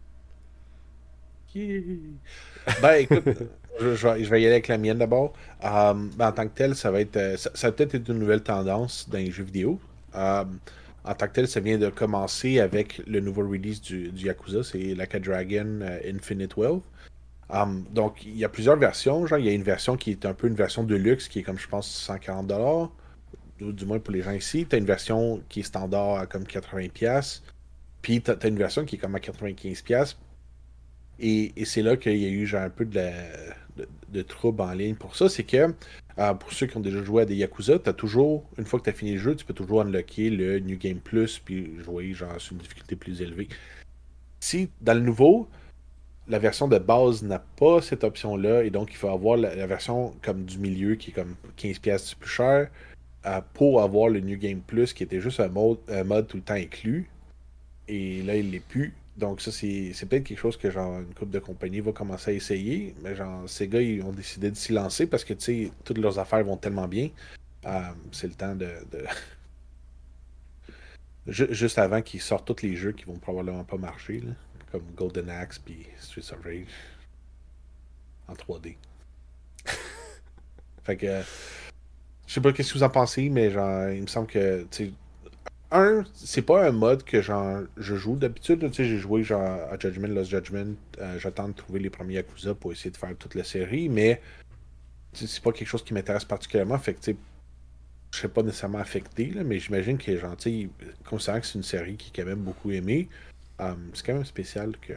Yeah. Ben, écoute, je vais y aller avec la mienne d'abord. Ben, en tant que tel, ça va être, ça va peut-être être une nouvelle tendance dans les jeux vidéo. En tant que tel, ça vient de commencer avec le nouveau release du Yakuza, c'est Like a Dragon Infinite Wealth. Donc, il y a plusieurs versions. Genre, il y a une version qui est un peu une version de luxe, qui est comme, je pense, 140$, du moins pour les gens ici. Tu as une version qui est standard à comme 80$. Puis, tu as une version qui est comme à 95$. Et c'est là qu'il y a eu genre un peu de trouble en ligne pour ça. C'est que pour ceux qui ont déjà joué à des Yakuza, t'as toujours, une fois que tu as fini le jeu, tu peux toujours unlocker le New Game Plus puis jouer genre sur une difficulté plus élevée. Si dans le nouveau, la version de base n'a pas cette option-là, et donc il faut avoir la version comme du milieu qui est comme 15$ plus cher pour avoir le New Game Plus qui était juste un mode tout le temps inclus. Et là, il l'est plus. Donc ça, c'est peut-être quelque chose que genre une couple de compagnies va commencer à essayer. Mais genre, ces gars, ils ont décidé de s'y lancer parce que tu sais, toutes leurs affaires vont tellement bien. C'est le temps de... Juste avant qu'ils sortent tous les jeux qui vont probablement pas marcher, là, comme Golden Axe puis Streets of Rage en 3D. Fait que je sais pas qu'est-ce que vous en pensez, mais genre, il me semble que tu sais, c'est pas un mode que genre je joue d'habitude. Tu sais, j'ai joué genre à Judgment, Lost Judgment. J'attends de trouver les premiers Yakuza pour essayer de faire toute la série, mais tu sais, c'est pas quelque chose qui m'intéresse particulièrement. Fait que tu sais, je serais pas nécessairement affecté, là, mais j'imagine que genre, tu sais, considérant que c'est une série qui est quand même beaucoup aimée, c'est quand même spécial que.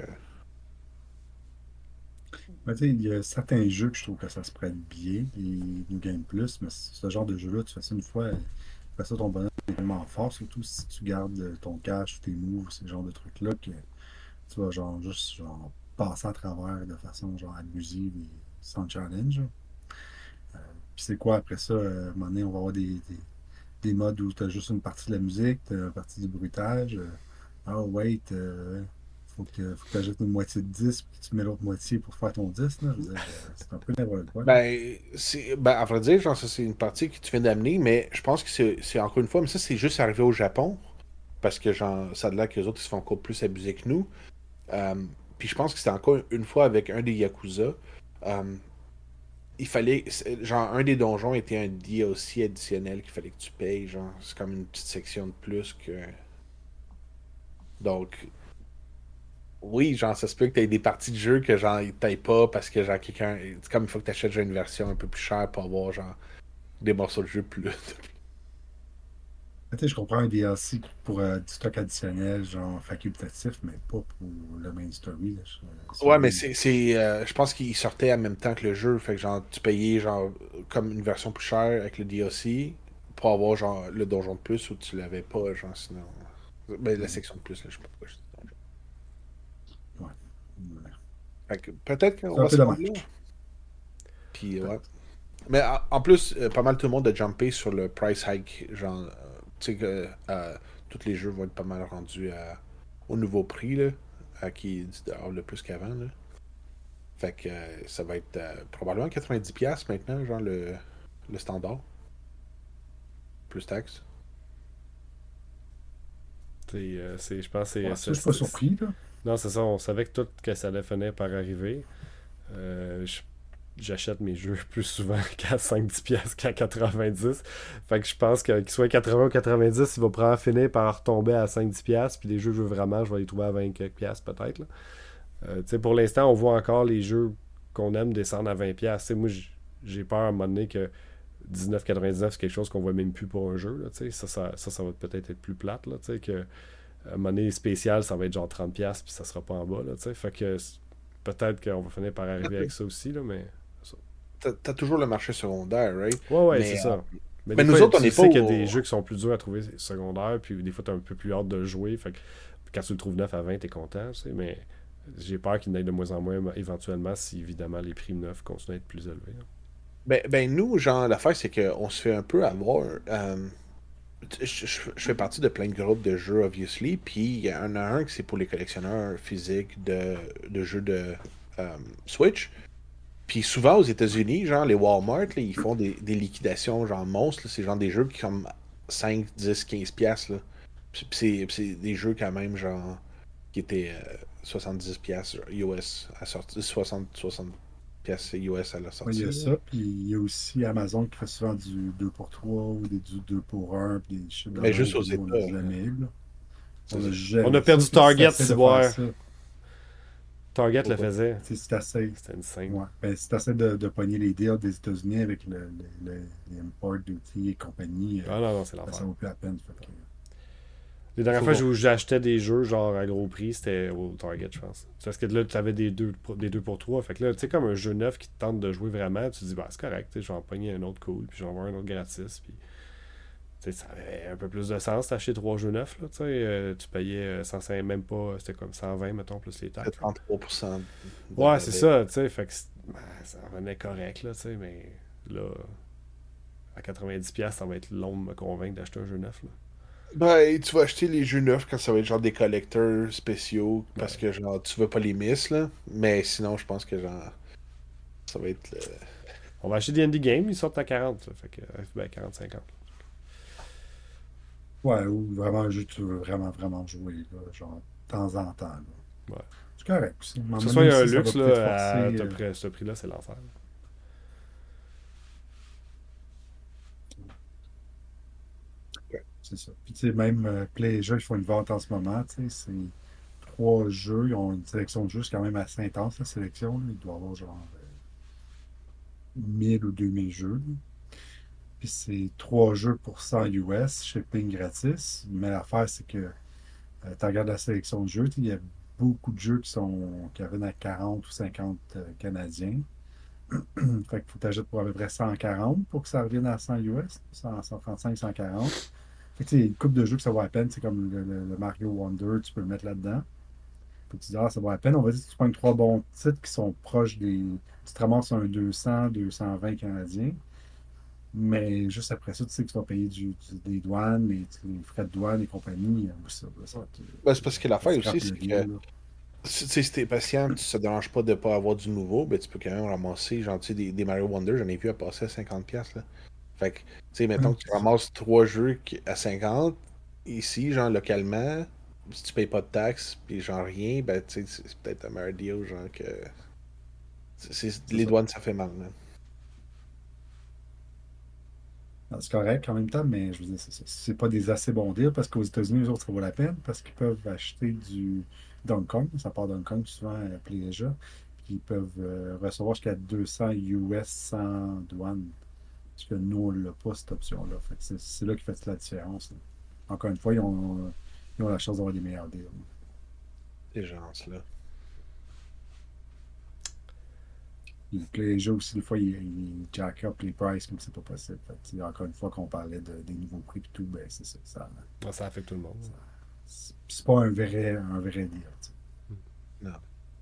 Mais tu sais, il y a certains jeux que je trouve que ça se prête bien, les New Game Plus, mais ce genre de jeu-là, tu fais ça une fois, après ça, ton bonhomme est tellement fort, surtout si tu gardes ton cash, tes moves, ce genre de trucs-là, que tu vas genre juste genre, passer à travers de façon genre abusive et sans challenge. Puis c'est quoi après ça, à un moment donné, on va avoir des des modes où tu as juste une partie de la musique, tu as une partie du bruitage. Ah, wait, faut que tu ajoutes une moitié de disque, puis tu mets l'autre moitié pour faire ton disque. Là. Je veux dire, c'est un peu n'importe quoi. Là. Ben, à vrai dire, genre, ça, c'est une partie que tu viens d'amener, mais je pense que c'est encore une fois, mais ça, c'est juste arrivé au Japon, parce que, genre, ça a l'air que les autres, ils se font encore plus abuser que nous. Euh, Puis je pense que c'était encore une fois avec un des Yakuza. Euh, il fallait. Genre, un des donjons était un DLC additionnel qu'il fallait que tu payes. Genre, c'est comme une petite section de plus que. Donc, oui, genre, ça se peut que t'aies des parties de jeu que, genre, ils taillent pas parce que, genre, quelqu'un. C'est comme il faut que t'achètes genre, une version un peu plus chère pour avoir, genre, des morceaux de jeu plus. Tu sais, je comprends un DLC pour du stock additionnel, genre facultatif, mais pas pour le main story. Là. Ouais, mais je pense qu'il sortait en même temps que le jeu. Fait que, genre, tu payais, genre, comme une version plus chère avec le DLC pour avoir, genre, le donjon de plus ou tu l'avais pas, genre, sinon. Ben, la section de plus, là, je sais pas pourquoi je dis donjon. Ouais. Ouais. Fait que peut-être C'est qu'on un va peu se rendre là. dommage. Puis, ouais. Mais en plus, pas mal tout le monde a jumpé sur le price hike. Genre, tu sais que tous les jeux vont être pas mal rendus au nouveau prix, là, qui est 10$ le plus qu'avant, là. Fait que ça va être probablement 90$ maintenant, genre le standard, plus taxes. Je pense que Ouais, ça, je suis pas surpris. Là. non, c'est ça. On savait que ça allait finir par arriver. Euh, je- J'achète mes jeux plus souvent qu'à 5-10$ qu'à 90. Fait que je pense qu'il soit 80 ou 90, il va probablement finir par retomber à 5-10$. Puis les jeux que je veux vraiment, je vais les trouver à 20 quelques piastres peut-être. Là. Tu sais, pour l'instant, on voit encore les jeux qu'on aime descendre à 20$. Tu sais, moi, j'ai peur à un moment donné que 19,99 c'est quelque chose qu'on voit même plus pour un jeu. Là, tu sais. Ça va peut-être être plus plate. Là, tu sais, que à un moment donné, spécial, ça va être genre 30$ puis ça sera pas en bas. Là, tu sais. Fait que peut-être qu'on va finir par arriver avec ça aussi. Là, mais ça. T'as toujours le marché secondaire, right? Ouais, c'est Mais, ça. Mais mais des nous fois, autres, on tu n'est pas sais qu'il y a au. des jeux qui sont plus durs à trouver secondaires, puis des fois, tu as un peu plus hâte de jouer. Fait que quand tu le trouves neuf à 20, t'es content, tu sais, mais j'ai peur qu'il n'aille de moins en moins éventuellement si évidemment les prix neufs continuent à être plus élevés. Là. Ben, nous, genre, l'affaire, c'est qu'on se fait un peu avoir. Je fais partie de plein de groupes de jeux, obviously, puis il y en a un qui c'est pour les collectionneurs physiques de jeux de Switch. Puis souvent aux États-Unis, genre les Walmart, là, ils font des liquidations genre monstres. Là. C'est genre des jeux qui comme 5, 10, 15 piastres. Là. Puis c'est des jeux quand même genre qui étaient 70 piastres US à sortir, 60 piastres US à la Ouais, il y a sortie. Là. ça, puis il y a aussi Amazon qui fait souvent du 2 pour 3 ou du 2 pour un puis des shit de Mais même juste que aux nous, on États. n'a jamais eu. Là. C'est On n'a ça. On jamais a eu ça. perdu Puis si tu Target, essaies de faire Ciboire. ça, Target le Pourquoi? faisait. si tu essaies, C'était insane. ouais, ben, si tu de pogner les deals des États-Unis avec les import duty et compagnie, Ah non, c'est ben, l'enfer. ça vaut plus la peine. Fait que, Les dernières Faut fois voir. où j'achetais des jeux genre à gros prix, c'était au Target, je pense. Parce que là, tu avais des 2 pour 3. Fait que là, tu sais, comme un jeu neuf qui te tente de jouer vraiment, tu te dis, bah, c'est correct, tu sais, je vais en pogner un autre cool, puis je vais en avoir un autre gratis. Puis, tu sais, ça avait un peu plus de sens d'acheter 3 jeux neufs, là, tu sais. Tu payais 105, même pas, c'était comme 120, mettons, plus les C'est taxes. Là. 33% de Ouais, c'est rabais. ça, tu sais. Fait que ben, ça revenait correct, là, tu sais, mais là, à 90$, ça va être long de me convaincre d'acheter un jeu neuf, là. Ben, tu vas acheter les jeux neufs quand ça va être genre des collecteurs spéciaux parce Ouais. que genre tu veux pas les miss là. Mais sinon, je pense que genre ça va être On va acheter des indie games, ils sortent à 40, ça. Fait que, ben, 40-50. ouais, ou vraiment un jeu que tu veux vraiment, vraiment jouer, là, genre, de temps en temps. Là. Ouais. C'est correct aussi. À un Que ce moment soit donné un aussi, ça va luxe, peut-être là, forcer. ce prix-là, c'est l'enfer. C'est ça. Puis, tu sais, même Playja, ils font une vente en ce moment. Tu sais, c'est 3 jeux. Ils ont une sélection de jeux, c'est quand même assez intense, la sélection. Là. Il doit y avoir genre 1000 ou 2000 jeux. Là. Puis, c'est 3 jeux pour 100 US, shipping gratis. Mais l'affaire, c'est que tu regardes la sélection de jeux, tu sais, il y a beaucoup de jeux qui reviennent à 40 ou 50 Canadiens. Fait qu'il faut que tu achètes pour à peu près 140 pour que ça revienne à 100 US, 100, 135, 140. Fait que, tu sais, une coupe de jeux que ça vaut à peine, c'est comme le Mario Wonder, tu peux le mettre là-dedans. Puis tu dis, ah, ça vaut à peine. On va dire que tu prends 3 bons titres qui sont proches des. Tu te ramasses un 200, 220 Canadiens. Mais juste après ça, tu sais que tu vas payer des douanes, les frais de douane et compagnie. C'est parce que l'affaire aussi, c'est que Là. si t'es patient, ça te dérange pas de pas avoir du nouveau, ben tu peux quand même ramasser, genre, tu sais, des Mario Wonder, j'en ai vu à passer à 50$ là. Fait que, tu sais, mettons que tu ramasses 3 jeux à 50, ici, genre, localement, si tu payes pas de taxes, puis genre rien, ben, tu sais, c'est peut-être un meilleur deal, genre, que... C'est Les ça. douanes, ça fait mal, man. C'est correct en même temps, mais je veux dire, c'est pas des assez bons deals parce qu'aux États-Unis, eux autres, ça vaut la peine parce qu'ils peuvent acheter du Hong Kong, ça part d'Hong Kong souvent appelé déjà, puis ils peuvent recevoir jusqu'à 200 US sans douane. Parce que nous, on n'a pas cette option-là. Fait que c'est là qui fait la différence. Là. Encore une fois, ils ont la chance d'avoir des meilleurs deals. Ces gens-là. Puis les jeux aussi, des fois, ils jack up les prices comme c'est pas possible. Fait que, encore une fois, qu'on parlait des nouveaux prix et tout, ben c'est ça. Ça affecte tout le monde. C'est pas un vrai deal. T'sais. Non.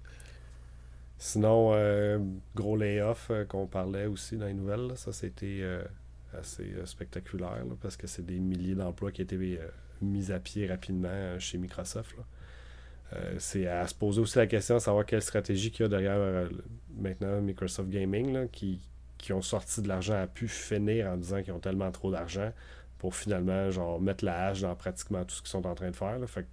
Sinon, gros layoff qu'on parlait aussi dans les nouvelles, là, ça c'était assez spectaculaire là, parce que c'est des milliers d'emplois qui étaient mis à pied rapidement chez Microsoft. Là. C'est à se poser aussi la question de savoir quelle stratégie qu'il y a derrière maintenant Microsoft Gaming qui ont sorti de l'argent à pu finir en disant qu'ils ont tellement trop d'argent pour finalement genre mettre la hache dans pratiquement tout ce qu'ils sont en train de faire. Là. Fait que,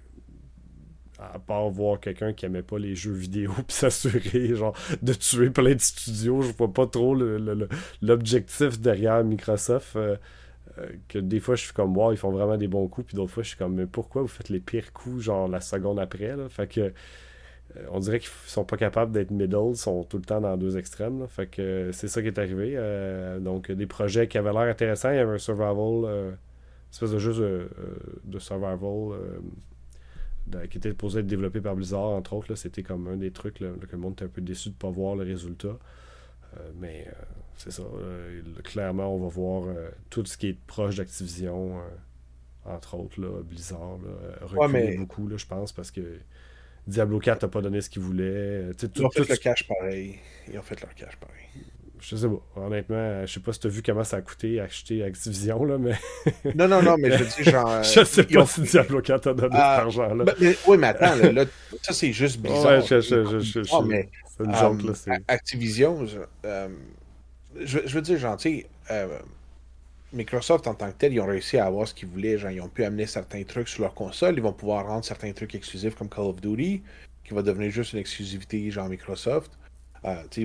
à part voir quelqu'un qui aimait pas les jeux vidéo puis s'assurer genre de tuer plein de studios, je vois pas trop l'objectif derrière Microsoft. Que des fois je suis comme wow, ils font vraiment des bons coups, puis d'autres fois je suis comme mais pourquoi vous faites les pires coups genre la seconde après là? Fait que on dirait qu'ils sont pas capables d'être middle, ils sont tout le temps dans deux extrêmes là. Fait que c'est ça qui est arrivé. Donc des projets qui avaient l'air intéressants, il y avait un survival espèce de jeu de survival qui était supposé être développé par Blizzard entre autres là. C'était comme un des trucs là, que le monde était un peu déçu de pas voir le résultat. Mais c'est ça. Clairement, on va voir tout ce qui est proche d'Activision, entre autres, là, Blizzard, là, Ouais, reculer mais beaucoup, là, je pense, parce que Diablo 4 n'a pas donné ce qu'il voulait. ils ont fait le cash pareil. Ils ont fait leur cash pareil. Je sais pas. Honnêtement, je sais pas si tu as vu comment ça a coûté acheter Activision, là, mais Non, mais je dis genre. je sais Ils pas ont... si Diablo 4 a donné cet argent-là. Oui, mais attends, là, ça c'est juste bizarre. Ouais, Mais c'est une joke, là. Activision, je veux dire, genre, tu sais, Microsoft en tant que tel, ils ont réussi à avoir ce qu'ils voulaient. Genre, ils ont pu amener certains trucs sur leur console. Ils vont pouvoir rendre certains trucs exclusifs comme Call of Duty, qui va devenir juste une exclusivité genre Microsoft. Tu sais,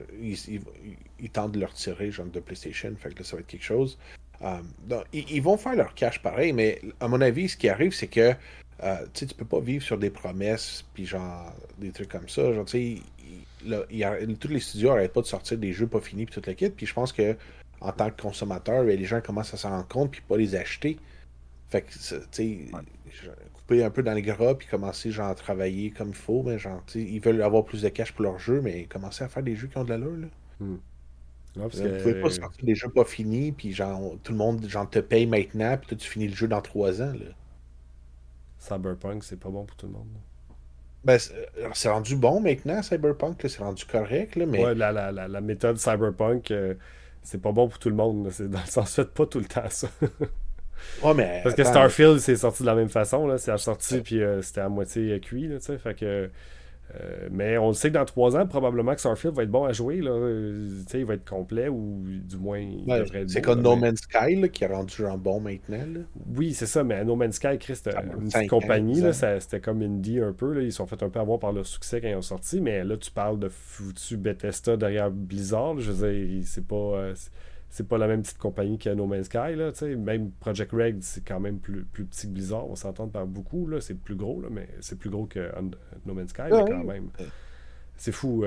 ils tentent de leur tirer genre de PlayStation, fait que là, ça va être quelque chose. Donc, ils vont faire leur cash pareil, mais à mon avis, ce qui arrive, c'est que tu sais, tu peux pas vivre sur des promesses, puis genre des trucs comme ça. Genre, tu sais, tous les studios n'arrêtent pas de sortir des jeux pas finis, puis toute la kit. Puis je pense que en tant que consommateur, les gens commencent à s'en rendre compte, puis pas les acheter. Fait que, tu sais, couper un peu dans les gras, puis commencer genre à travailler comme il faut, mais genre, tu sais, ils veulent avoir plus de cash pour leur jeu, mais commencer à faire des jeux qui ont de l'allure, là. Non, parce Vous pouvez pas que sortir des jeux pas finis, puis genre, tout le monde genre, te paye maintenant, puis toi, tu finis le jeu dans 3 ans, là. Cyberpunk, c'est pas bon pour tout le monde. Ben, c'est rendu bon maintenant, Cyberpunk, là, c'est rendu correct, là, mais Ouais, la méthode Cyberpunk, c'est pas bon pour tout le monde. Là. C'est dans le sens, faites pas tout le temps ça. ouais, mais Parce que attends, Starfield, c'est sorti de la même façon. Là. C'est sorti, puis c'était à moitié cuit. Là, fait que, mais on le sait que dans 3 ans, probablement que Starfield va être bon à jouer. Là. Il va être complet, ou du moins, il ouais, devrait être c'est beau. comme Là, No mais... Man's Sky, là, qui est rendu genre bon maintenant, là. Oui, c'est ça, mais No Man's Sky, Chris, c'était Ça une petite 5 ans, compagnie. 10 Là, ans. c'était comme indie un peu. Là. Ils se sont fait un peu avoir par leur succès quand ils ont sorti. Mais là, tu parles de foutu Bethesda derrière Blizzard. Là. Je veux dire, c'est pas la même petite compagnie que No Man's Sky. Là, même Project Red, c'est quand même plus petit que Blizzard. On s'entend par beaucoup. Là. C'est plus gros, là, mais c'est plus gros que No Man's Sky, mais Ah, quand oui. même. C'est fou.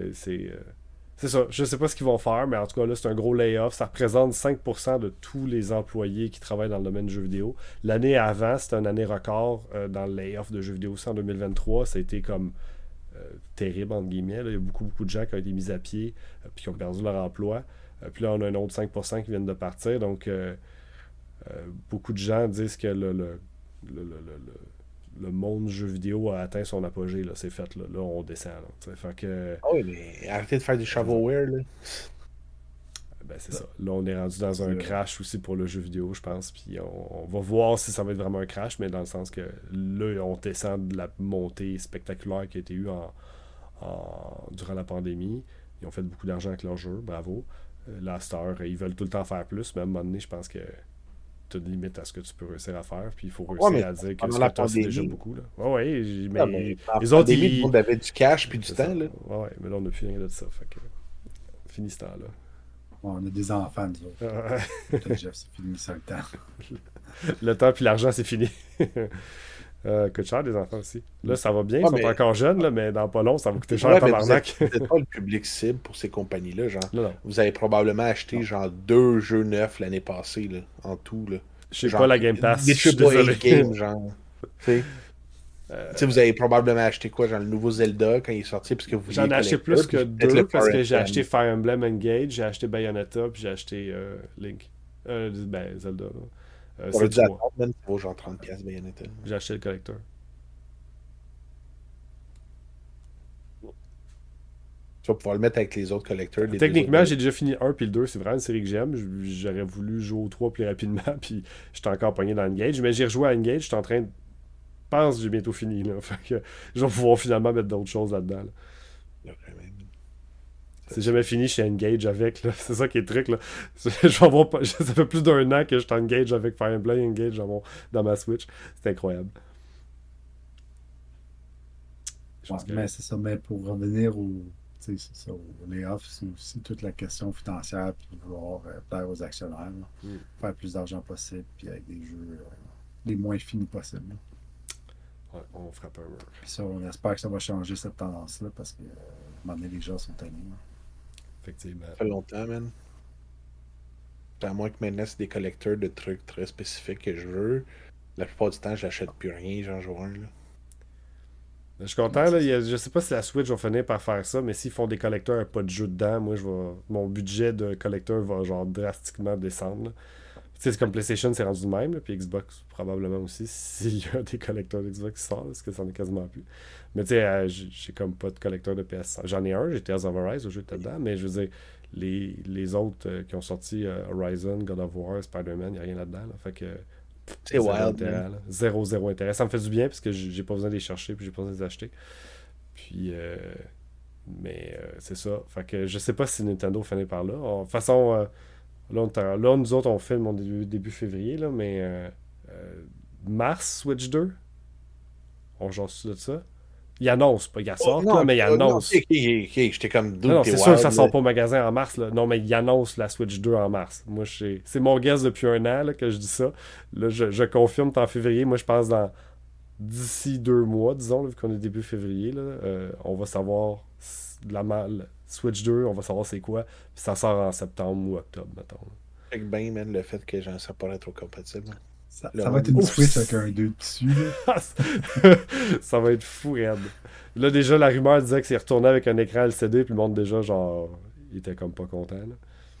C'est ça. Je sais pas ce qu'ils vont faire, mais en tout cas, là, c'est un gros layoff. Ça représente 5% de tous les employés qui travaillent dans le domaine du jeu vidéo. L'année avant, c'était une année record dans le layoff de jeux vidéo. Ça, en 2023, ça a été comme terrible, entre guillemets. Là. Il y a beaucoup de gens qui ont été mis à pied puis qui ont perdu leur emploi. Puis là, on a un autre 5% qui viennent de partir. Donc, beaucoup de gens disent que le monde du jeu vidéo a atteint son apogée. Là. C'est fait. Là, on descend. Là, fait que, Ah oui, mais arrêtez de faire du shovelware, là. Ben, c'est ça. Là, on est rendu dans un C'est- crash aussi pour le jeu vidéo, je pense. Puis on va voir si ça va être vraiment un crash, mais dans le sens que là, on descend de la montée spectaculaire qui a été eue durant la pandémie. Ils ont fait beaucoup d'argent avec leur jeu, bravo. Là, à cette heure, ils veulent tout le temps faire plus, mais à un moment donné, je pense que tu as une limite à ce que tu peux réussir à faire, puis il faut réussir mais à dire que pendant ce la que tu as, c'est déjà pandémie. beaucoup. Là. Ouais, mais Ah, mais en les autres, pandémie, tout le ils. monde avait du cash puis du C'est temps, ça. là. Ouais, mais là, on n'a plus rien de ça. Fait que, fini ce temps-là. On a des enfants, nous autres. Peut-être, Jeff, c'est fini ça le temps. Le temps puis l'argent, c'est fini. Coûte cher, des enfants aussi. Là, ça va bien, ils Ouais, sont mais- encore jeunes, là, mais dans pas long, ça va coûter cher Ouais, à mais vous tabarnak. n'êtes pas le public cible pour ces compagnies-là, genre. Non, non. Vous avez probablement acheté genre 2 jeux neufs l'année passée, là, en tout, là. Je sais Genre, pas la Game Pass. Des Je suis AAA désolé. games, genre. Tu sais. Tu sais, vous avez probablement acheté quoi, genre le nouveau Zelda quand il est sorti, parce que vous J'en ai vouliez acheté collector, plus que puis peut-être deux le parce que Fire j'ai Emblem. acheté Fire Emblem Engage, j'ai acheté Bayonetta, puis j'ai acheté Link. Zelda. Là. T'aurais C'est dû 3. attendre, man, ça vaut genre 30$ Bayonetta. J'ai acheté le collector. Tu vas pouvoir le mettre avec les autres collecteurs. les deux Techniquement, autres. j'ai déjà fini 1 puis le 2, c'est vraiment une série que j'aime. J'aurais voulu jouer au 3 plus rapidement, puis j'étais encore pogné dans Engage. Mais j'ai rejoué à Engage, j'étais en train de. Je pense que j'ai bientôt fini. Là. Fait que je vais pouvoir finalement mettre d'autres choses là-dedans. Là. Ouais, man. C'est jamais fini chez Engage avec. Là. C'est ça qui est le truc. Là. Je vais avoir pas... Ça fait plus d'un an que je t'engage avec Fire Emblem Engage dans ma Switch. C'est incroyable. Je pense que- Mais c'est ça, mais pour revenir au, tu sais, c'est ça, aux layoffs, c'est aussi toute la question financière, puis vouloir plaire aux actionnaires, là. Faire plus d'argent possible, puis avec des jeux les moins finis possibles. Là. Ouais, on frappe un mur. Puis ça, on espère que ça va changer cette tendance-là, parce que à un moment donné, les gens sont tannés. Là. Effectivement. Ça fait longtemps, man. À moins que maintenant, c'est des collecteurs de trucs très spécifiques que je veux. La plupart du temps, je n'achète plus rien, j'en joue un, là. Je suis content. Là, je sais pas si la Switch va finir par faire ça, mais s'ils font des collecteurs avec pas de jeu dedans, moi, mon budget de collecteur va genre drastiquement descendre. Là. Tu sais, c'est comme PlayStation, c'est rendu de même, là, puis Xbox probablement aussi, s'il y a des collecteurs d'Xbox qui sortent, parce que ça en est quasiment plus. Mais tu sais, j'ai comme pas de collecteur de PS. J'en ai un, j'ai Tales of Arise, le jeu était dedans, mais je veux dire, les autres qui ont sorti Horizon, God of War, Spider-Man, il n'y a rien là-dedans. Là, fait que C'est zéro wild, intérêt, man. là. Zéro intérêt. Ça me fait du bien parce que j'ai pas besoin de les chercher puis j'ai pas besoin de les acheter. Puis, mais c'est ça. Fait que je sais pas si Nintendo finit par là. De toute façon, là, nous autres, on filme en début février, là, mais mars, Switch 2, on genre de ça. Il annonce, pas il sort, là, mais il annonce. Ok, j'étais comme Non, non, t'es c'est sûr que ça wild, sort là. pas au magasin en mars. Là. Non, mais il annonce la Switch 2 en mars. Moi, c'est mon guess depuis un an là, que je dis ça. Là, je confirme, c'est en février. Moi, je pense d'ici 2 mois, disons, là, vu qu'on est début février, là, on va savoir la Switch 2, on va savoir c'est quoi. Puis ça sort en septembre ou octobre, mettons. Fait que ben, man, le fait que ça pourrait être trop compatible. Ça Le va être une Ouf. Switch avec un 2 dessus. Là. Ça va être fou, raide. Là, déjà, la rumeur disait que c'est retourné avec un écran LCD, puis le monde, déjà, genre, il était comme pas content. Là.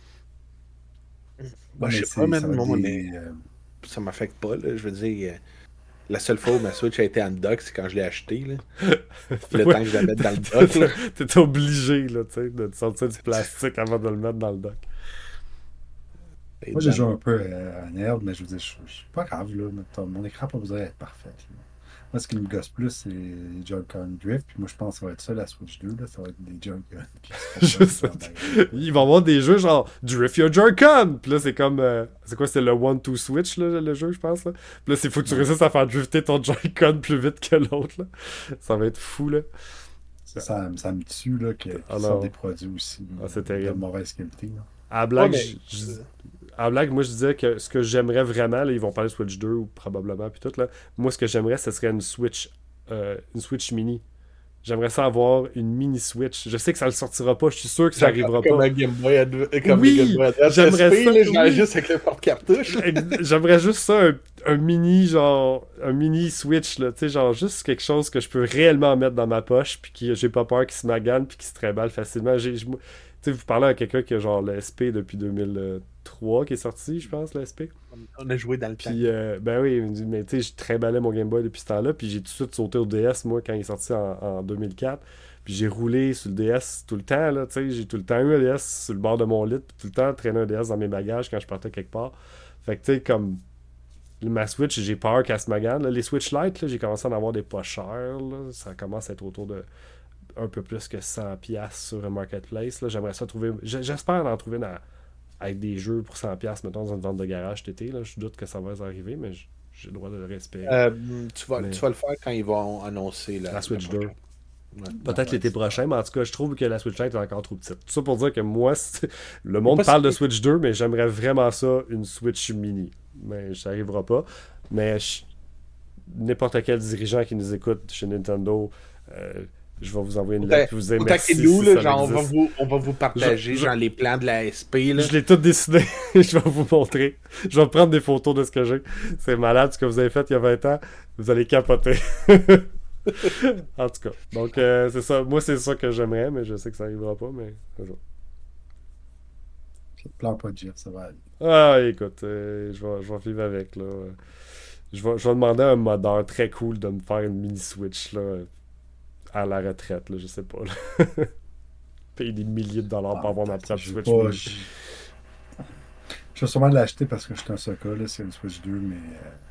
Bah, Mais je sais c'est- pas, man, ça va être moi, des, mais ça m'affecte pas, là. Je veux dire, la seule fois où ma Switch a été en dock, c'est quand je l'ai achetée, là. Le Ouais. temps que je la mette dans le dock, là. T'étais obligé, là, tu sais, de te sortir du plastique avant de le mettre dans le dock. Et Moi, j'ai dans- joué un peu à Nerd, mais je veux dire, je suis pas grave, là. Mon écran n'a pas besoin d'être parfait. Là. Moi, ce qui me gosse plus, c'est les Joy-Con Drift. Puis moi, je pense que ça va être ça, la Switch 2. Là. Ça va être des Joy-Con qui Je sais. Il va y avoir des jeux genre Drift Your Joy-Con! Puis là, c'est comme. C'est quoi? C'est le One-Two Switch, là, le jeu, je pense. Là. Puis là, c'est faut que tu réussisses à faire drifter ton Joy-Con plus vite que l'autre. Là. Ça va être fou, là. Ça me tue, là, qu'ils Ah, non. sortent des produits aussi Ah, c'est de terrible. mauvaise qualité. Là. À la blague, Ouais, mais- à la blague, moi, je disais que ce que j'aimerais vraiment, là, ils vont parler de Switch 2 ou probablement, puis tout, là. Moi, ce que j'aimerais, ce serait une Switch mini. J'aimerais ça avoir une mini Switch. Je sais que ça le sortira pas, je suis sûr que ça arrivera Comme pas. un Game Boy comme Oui, les Game Boy Advance j'aimerais SP, ça, là, je l'ai oui. juste avec le porte-cartouche. J'aimerais juste ça, un mini, genre, un mini Switch, là, tu sais, genre, juste quelque chose que je peux réellement mettre dans ma poche, puis que j'ai pas peur qu'il se magane, puis qu'il se trimballe facilement. Tu sais, vous parlez à quelqu'un qui a, genre, le SP depuis 2003, qui est sorti, je pense, le SP. On a joué dans le temps. Puis, ben oui, mais tu sais, je trimballais mon Game Boy depuis ce temps-là, puis j'ai tout de suite sauté au DS, moi, quand il est sorti en 2004. Puis j'ai roulé sur le DS tout le temps, là, tu sais, j'ai tout le temps eu un DS sur le bord de mon lit, puis tout le temps traîné un DS dans mes bagages quand je partais quelque part. Fait que, tu sais, comme ma Switch, j'ai peur qu'elle se magane. Là, les Switch Lite, là, j'ai commencé à en avoir des pas chers, là. Ça commence à être autour de un peu plus que 100$ sur un marketplace, là. J'aimerais ça trouver... J'espère en trouver avec des jeux pour 100$, mettons, dans une vente de garage cet été, là. Je doute que ça va arriver, mais j'ai le droit de le respecter. Tu vas le faire quand ils vont annoncer la Switch 2. Ouais. Peut-être l'été prochain, mais en tout cas, je trouve que la Switch Lite est encore trop petite. Tout ça pour dire que moi, le monde parle de Switch 2, mais j'aimerais vraiment ça, une Switch mini. Mais ça n'arrivera pas. Mais n'importe quel dirigeant qui nous écoute chez Nintendo, je vais vous envoyer une lettre et vous dire merci. Contactez-nous, là, genre, on va vous partager genre les plans de la SP. Là. Je l'ai tout dessiné. Je vais vous montrer. Je vais prendre des photos de ce que j'ai. C'est malade ce que vous avez fait il y a 20 ans. Vous allez capoter. En tout cas. Donc, c'est ça. Moi, c'est ça que j'aimerais, mais je sais que ça n'arrivera pas. Mais c'est ça. Je te plains pas de Jeff, ça va aller. Ah, écoute, je vais vivre avec, là. Je vais demander à un modeur très cool de me faire une mini Switch, là, à la retraite, là, je sais pas, là. Payer des milliers de dollars pour avoir ma propre Switch. Je vais sûrement l'acheter parce que je suis un sucker, là, c'est une Switch 2, mais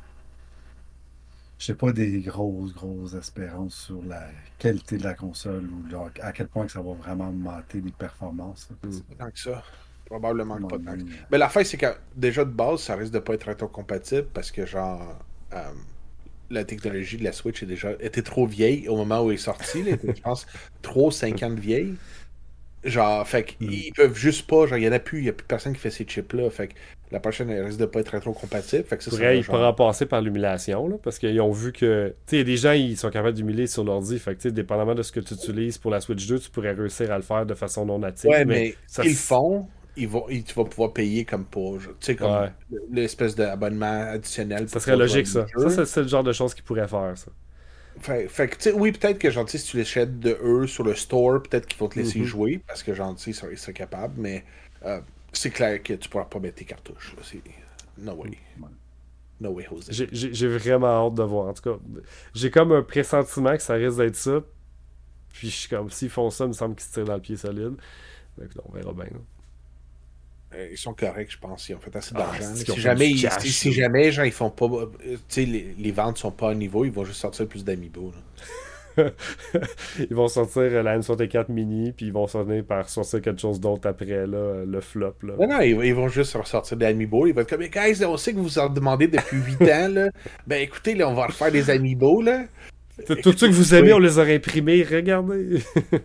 j'ai pas des grosses espérances sur la qualité de la console ou genre, à quel point que ça va vraiment augmenter les performances. Tant que ça. Probablement pas tant que ça. Mais la fin, c'est que déjà de base, ça risque de pas être rétrocompatible parce que genre la technologie de la Switch était trop vieille au moment où elle est sortie. Là, je pense 3-5 ans de vieille. Genre, fait qu'ils peuvent juste pas, genre, il y a plus personne qui fait ces chips-là. Fait que la prochaine, elle risque de pas être rétrocompatible. Fait que ça, ils pourraient passer par l'humulation, là, parce qu'ils ont vu que, tu sais, il y a des gens, ils sont capables d'humuler sur l'ordi. Fait que, tu sais, dépendamment de ce que tu utilises pour la Switch 2, tu pourrais réussir à le faire de façon non native. Ouais, mais ils le font, tu vas pouvoir payer comme pour, tu sais, comme l'espèce d'abonnement additionnel. Ça serait logique, ça. Ça, c'est le genre de choses qu'ils pourraient faire, ça. Fait que, tu sais, oui, peut-être que, genre, si tu l'achètes de eux sur le store, peut-être qu'ils vont te laisser jouer, parce que, genre, tu sais, ils seraient capables, mais c'est clair que tu pourras pas mettre tes cartouches, là. C'est... No way. No way, Jose. J'ai vraiment hâte de voir. En tout cas, j'ai comme un pressentiment que ça risque d'être ça. Puis, je suis comme, s'ils font ça, il me semble qu'ils se tirent dans le pied solide. Donc, on verra bien, là. Ils sont corrects, je pense. Ils ont fait assez Ah, d'argent. c'est qu'ils ont Si fait jamais, du cash, si jamais, genre, ils font pas. Tu sais, les ventes sont pas à niveau, ils vont juste sortir plus d'amiibo. Ils vont sortir la N64 mini, puis ils vont sortir par sortir quelque chose d'autre après, là, le flop. Là. Non, ils vont juste ressortir des amiibo. Ils vont être comme, guys, on sait que vous en demandez depuis 8 ans. Là. Ben écoutez, là, on va refaire des amiibo. Là. Tout ceux que vous aimez, on les aurait imprimés. Regardez.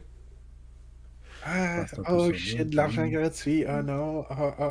Ah, oh shit, de l'argent gratuit. Oh non.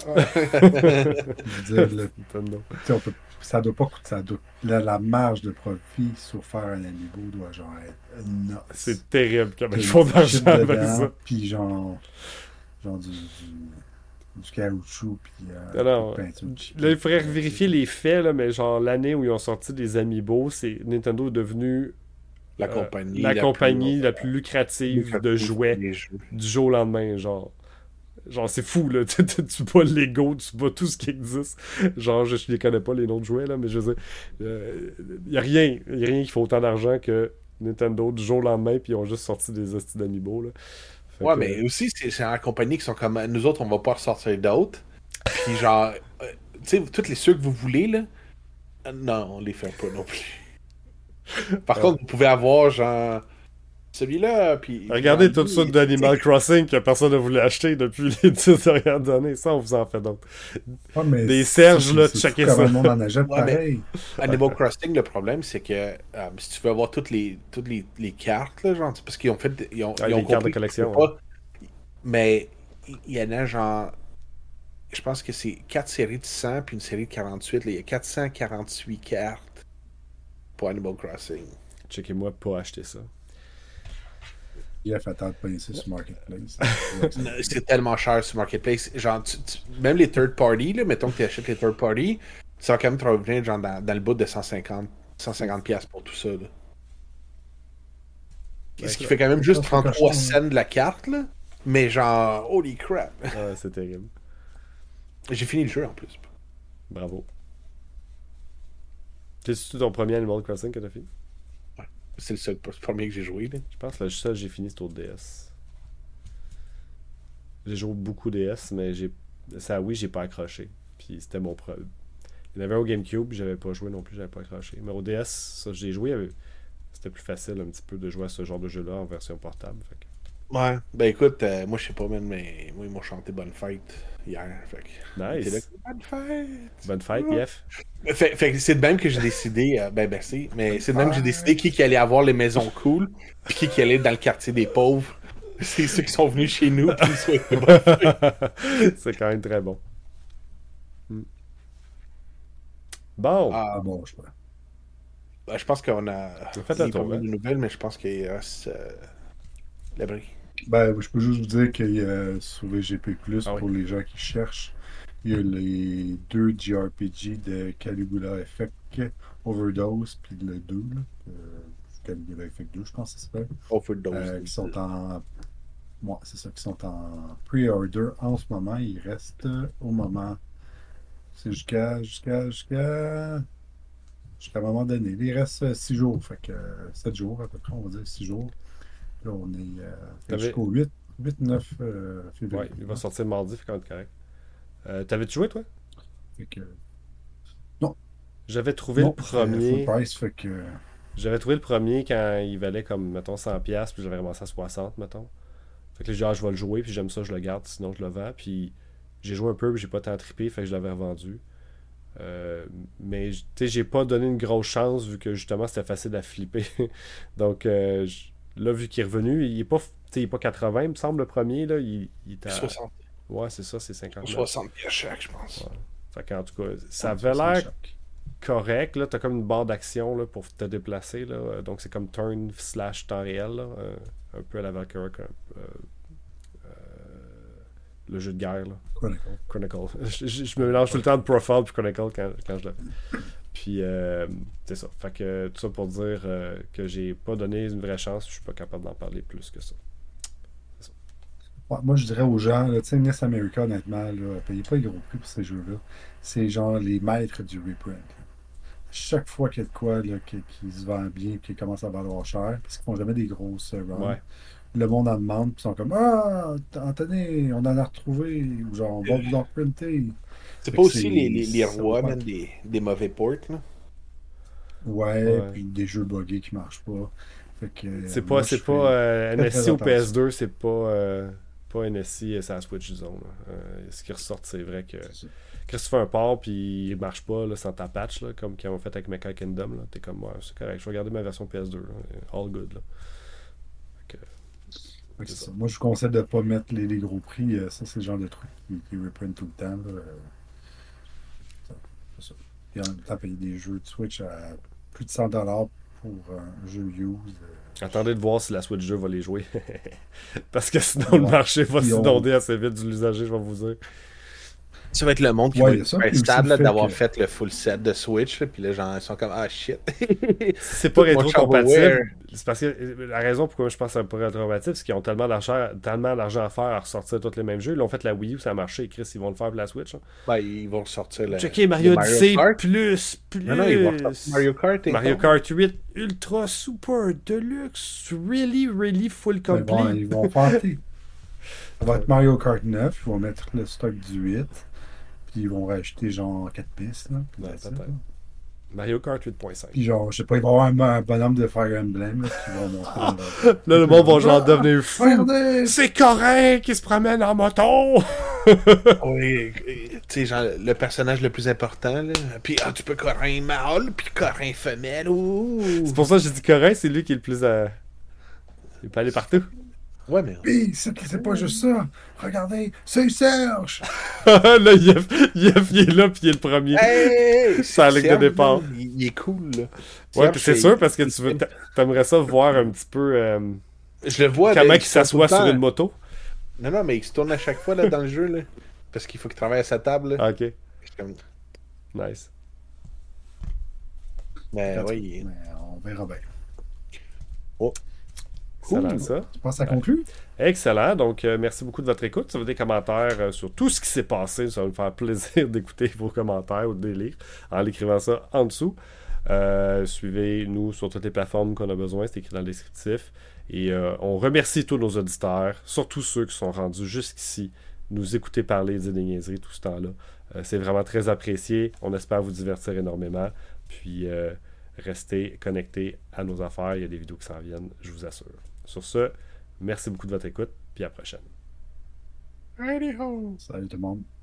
Ça doit pas coûter. La marge de profit sur faire un amiibo doit genre être nuts. C'est terrible comme ils font d'argent avec ça. Puis genre du caoutchouc puis alors, là, il faudrait vérifier les faits, là, mais genre l'année où ils ont sorti des amiibo, Nintendo est devenu la compagnie la plus lucrative de jouets du jour au lendemain, genre c'est fou, là. Tu bats Lego, tu bats tout ce qui existe. Genre, je les connais pas, les noms de jouets, là, mais je veux dire, y a rien qui fait autant d'argent que Nintendo du jour au lendemain, puis ils ont juste sorti des hosties d'amiibo, là. Ouais, mais aussi, c'est la compagnie qui sont comme, nous autres, on va pas ressortir d'autres. Puis genre, tu sais, tous les ceux que vous voulez, là, non, on les fait pas non plus. Par contre, vous pouvez avoir, genre, celui-là, puis... Regardez tout ça d'Animal Crossing que personne n'a voulu acheter depuis les 10 dernières années. Ça, on vous en fait d'autres. Des Serges, là, checker ça. Tout le monde en achète pareil. Animal Crossing, le problème, c'est que si tu veux avoir toutes les cartes, là, genre, parce qu'ils ont fait... Ils ont les cartes de collection. Pas, mais il y en a, genre... Je pense que c'est 4 séries de 100 puis une série de 48. Là, il y a 448 cartes pour Animal Crossing. Checkez-moi pas acheter ça. Il a fait tant de payer ça sur Marketplace. C'est tellement cher sur Marketplace. Genre, même les third party, là, mettons que tu achètes les third party, ça va quand même te revenir genre, dans le bout de 150$ pour tout ça. Là. Ce qui fait quand même juste 33 cents de la carte, là. Mais genre, holy crap. Ouais, c'est terrible. J'ai fini le jeu en plus. Bravo. C'est-tu ton premier Animal Crossing que t'as fait? Ouais. C'est le premier que j'ai joué. Là. Je pense que le seul que j'ai fini, c'est au DS. J'ai joué beaucoup DS, mais ça, oui, j'ai pas accroché. Puis c'était mon problème. Il y en avait un au GameCube, j'avais pas joué non plus, j'avais pas accroché. Mais au DS, ça, j'ai joué. C'était plus facile un petit peu de jouer à ce genre de jeu-là en version portable. Fait que... Ouais, ben écoute, moi je sais pas, man, mais moi ils m'ont chanté Bonne Fête hier. Fait que... Nice. Bonne Fête! Bonne fête, Yef. Fait que c'est de même que j'ai décidé, ben merci, mais c'est de même que j'ai décidé qui allait avoir les maisons cool, puis qui allait dans le quartier des pauvres. C'est ceux qui sont venus chez nous, puis ils souhaitaient bonne fête. C'est quand même très bon. Bon. Ah bon, je sais pas. Ben, je pense qu'on a fait le tour, pas mal de nouvelles, mais je pense qu'il reste l'abri. Ben, je peux juste vous dire qu'il y a sur VGP+, Ah oui. pour les gens qui cherchent, il y a les 2 JRPG de Caligula Effect Overdose, puis le 2, là, Caligula Effect 2, je pense que ça s'appelle, Overdose. qui sont en... Ouais, c'est ça, qui sont en pre-order en ce moment. Il reste au moment... C'est jusqu'à un moment donné. Il reste 6 jours, fait que 7 jours à peu près, on va dire 6 jours. Là, on est jusqu'au 8-9 février. Ouais, il va sortir mardi, fait quand même correct. T'avais-tu joué, toi? Fait que, non, J'avais trouvé le premier. full price, fait que... J'avais trouvé le premier quand il valait comme, mettons, 100$, puis j'avais ramassé à 60$, mettons. Fait que là, j'ai dit, ah, je vais le jouer, puis j'aime ça, je le garde, sinon je le vends. Puis j'ai joué un peu, puis j'ai pas tant trippé, fait que je l'avais revendu. Mais, tu sais, j'ai pas donné une grosse chance, vu que justement, c'était facile à flipper. Donc, là, vu qu'il est revenu, il est pas, il est pas 80, il me semble, le premier, là. Il est à... 60. Ouais, c'est ça, c'est 50$. 60$ chaque, je pense. Ouais. Fait qu'en tout cas, ça avait l'air correct. Là, t'as comme une barre d'action là, pour te déplacer. Là. Donc, c'est comme turn / temps réel. Là. Un peu à la Valkyrie. Le jeu de guerre. Là. Chronicle. Je me mélange tout le temps de Profile et Chronicle quand je le fais. Puis, c'est ça. Fait que tout ça pour dire que j'ai pas donné une vraie chance. Je suis pas capable d'en parler plus que ça. Ouais, moi, je dirais aux gens, tu sais, NES America, honnêtement, là, payez pas les gros prix pour ces jeux-là. C'est genre les maîtres du reprint. Chaque fois qu'il y a de quoi là, qui se vend bien, qui commence à valoir cher, parce qu'ils font jamais des grosses runs, Ouais. le monde en demande, puis ils sont comme ah, Anthony, on en a retrouvé, ou genre on va vous en reprinter. C'est Fait pas que aussi les rois, même des mauvais ports, là. Ouais, puis des jeux buggés qui marchent pas. Fait que, C'est moi, pas, je c'est pas fais très NSI ou attention. PS2, c'est pas NSI et ça Switch, disons. Là. Ce qui ressort, c'est vrai que C'est ça. quand tu fais un port puis il marche pas là, sans ta patch, là, comme qu'ils ont fait avec Mecha Kingdom, là, t'es comme, ouais, c'est correct, je vais regarder ma version PS2. Là, all good. Là. Fait que, Fait que c'est c'est ça. ça. Moi, je vous conseille de ne pas mettre les gros prix. Ça, c'est le genre de truc qui reprint tout le temps. Là. C'est ça. Puis en même temps, payer des jeux de Switch à plus de 100$ pour un jeu used. Attendez de voir si la Switch 2 va les jouer. Parce que sinon, le Ouais. marché va Ils ont- s'inonder assez vite du l'usager, je vais vous dire. Ça va être le monde qui Ouais, va il y a être ça, super puis aussi stable le là, fait d'avoir que- fait le full set de Switch, là, puis les gens ils sont comme ah shit. C'est pas Tout mon rétro-compatible. shovelware. C'est parce que la raison pourquoi je pense que c'est pas rétro-compatible, c'est qu'ils ont tellement d'argent à faire à ressortir tous les mêmes jeux. Ils l'ont fait la Wii U, ça a marché. Chris, ils vont le faire pour la Switch. Hein. Ben, ils vont sortir le. Checker Mario le Odyssey Kart. plus. Non, ils vont sortir Mario Kart. et Mario tout. Kart 8 Ultra Super Deluxe. Really full Ben, complete. ils vont fanter. Ça va être Mario Kart 9. Ils vont mettre le stock du 8. Puis ils vont rajouter genre 4 pistes. Là, puis Ouais, that's it, peut-être. là. Mario Kart 8.5. Puis genre, je sais pas, il va y avoir un bonhomme de Fire Emblem là, qui va montrer dans leur- Là, le monde va genre devenir fou. Regardez! C'est Corin qui se promène en moto. Oui, tu sais, genre, le personnage le plus important, là. Puis, tu peux Corin mâle, puis Corin femelle. Ouh. C'est pour ça que j'ai dit Corin, c'est lui qui est le plus à. Il peut aller partout. Ouais, mais. Puis, c'est pas juste ça. Regardez, c'est Serge! Là, Yef, il est là, puis il est le premier. Hey! C'est la ligne de Serge, départ. là, il est cool, là. Ouais, Serge, puis c'est sûr, parce que tu veux, t'aimerais ça voir un petit peu Je le vois. comment là, il s'assoit se tourne tout sur le une temps. moto. Non, non, mais il se tourne à chaque fois, là, dans le jeu, là. Parce qu'il faut qu'il travaille à sa table, là. Ah, ok, C'est comme- nice. Mais, ouais, il est. Mais on verra bien. Oh. Excellent, Cool. ça. Tu penses que ça conclut? Excellent. Donc, merci beaucoup de votre écoute. Si vous avez des commentaires sur tout ce qui s'est passé, ça va me faire plaisir d'écouter vos commentaires ou de les lire en l'écrivant ça en dessous. Suivez-nous sur toutes les plateformes qu'on a besoin, c'est écrit dans le descriptif. Et on remercie tous nos auditeurs, surtout ceux qui sont rendus jusqu'ici, nous écouter parler, dire des niaiseries tout ce temps-là. C'est vraiment très apprécié. On espère vous divertir énormément. Puis restez connectés à nos affaires. Il y a des vidéos qui s'en viennent, je vous assure. Sur ce, merci beaucoup de votre écoute, puis à la prochaine. Salut tout le monde.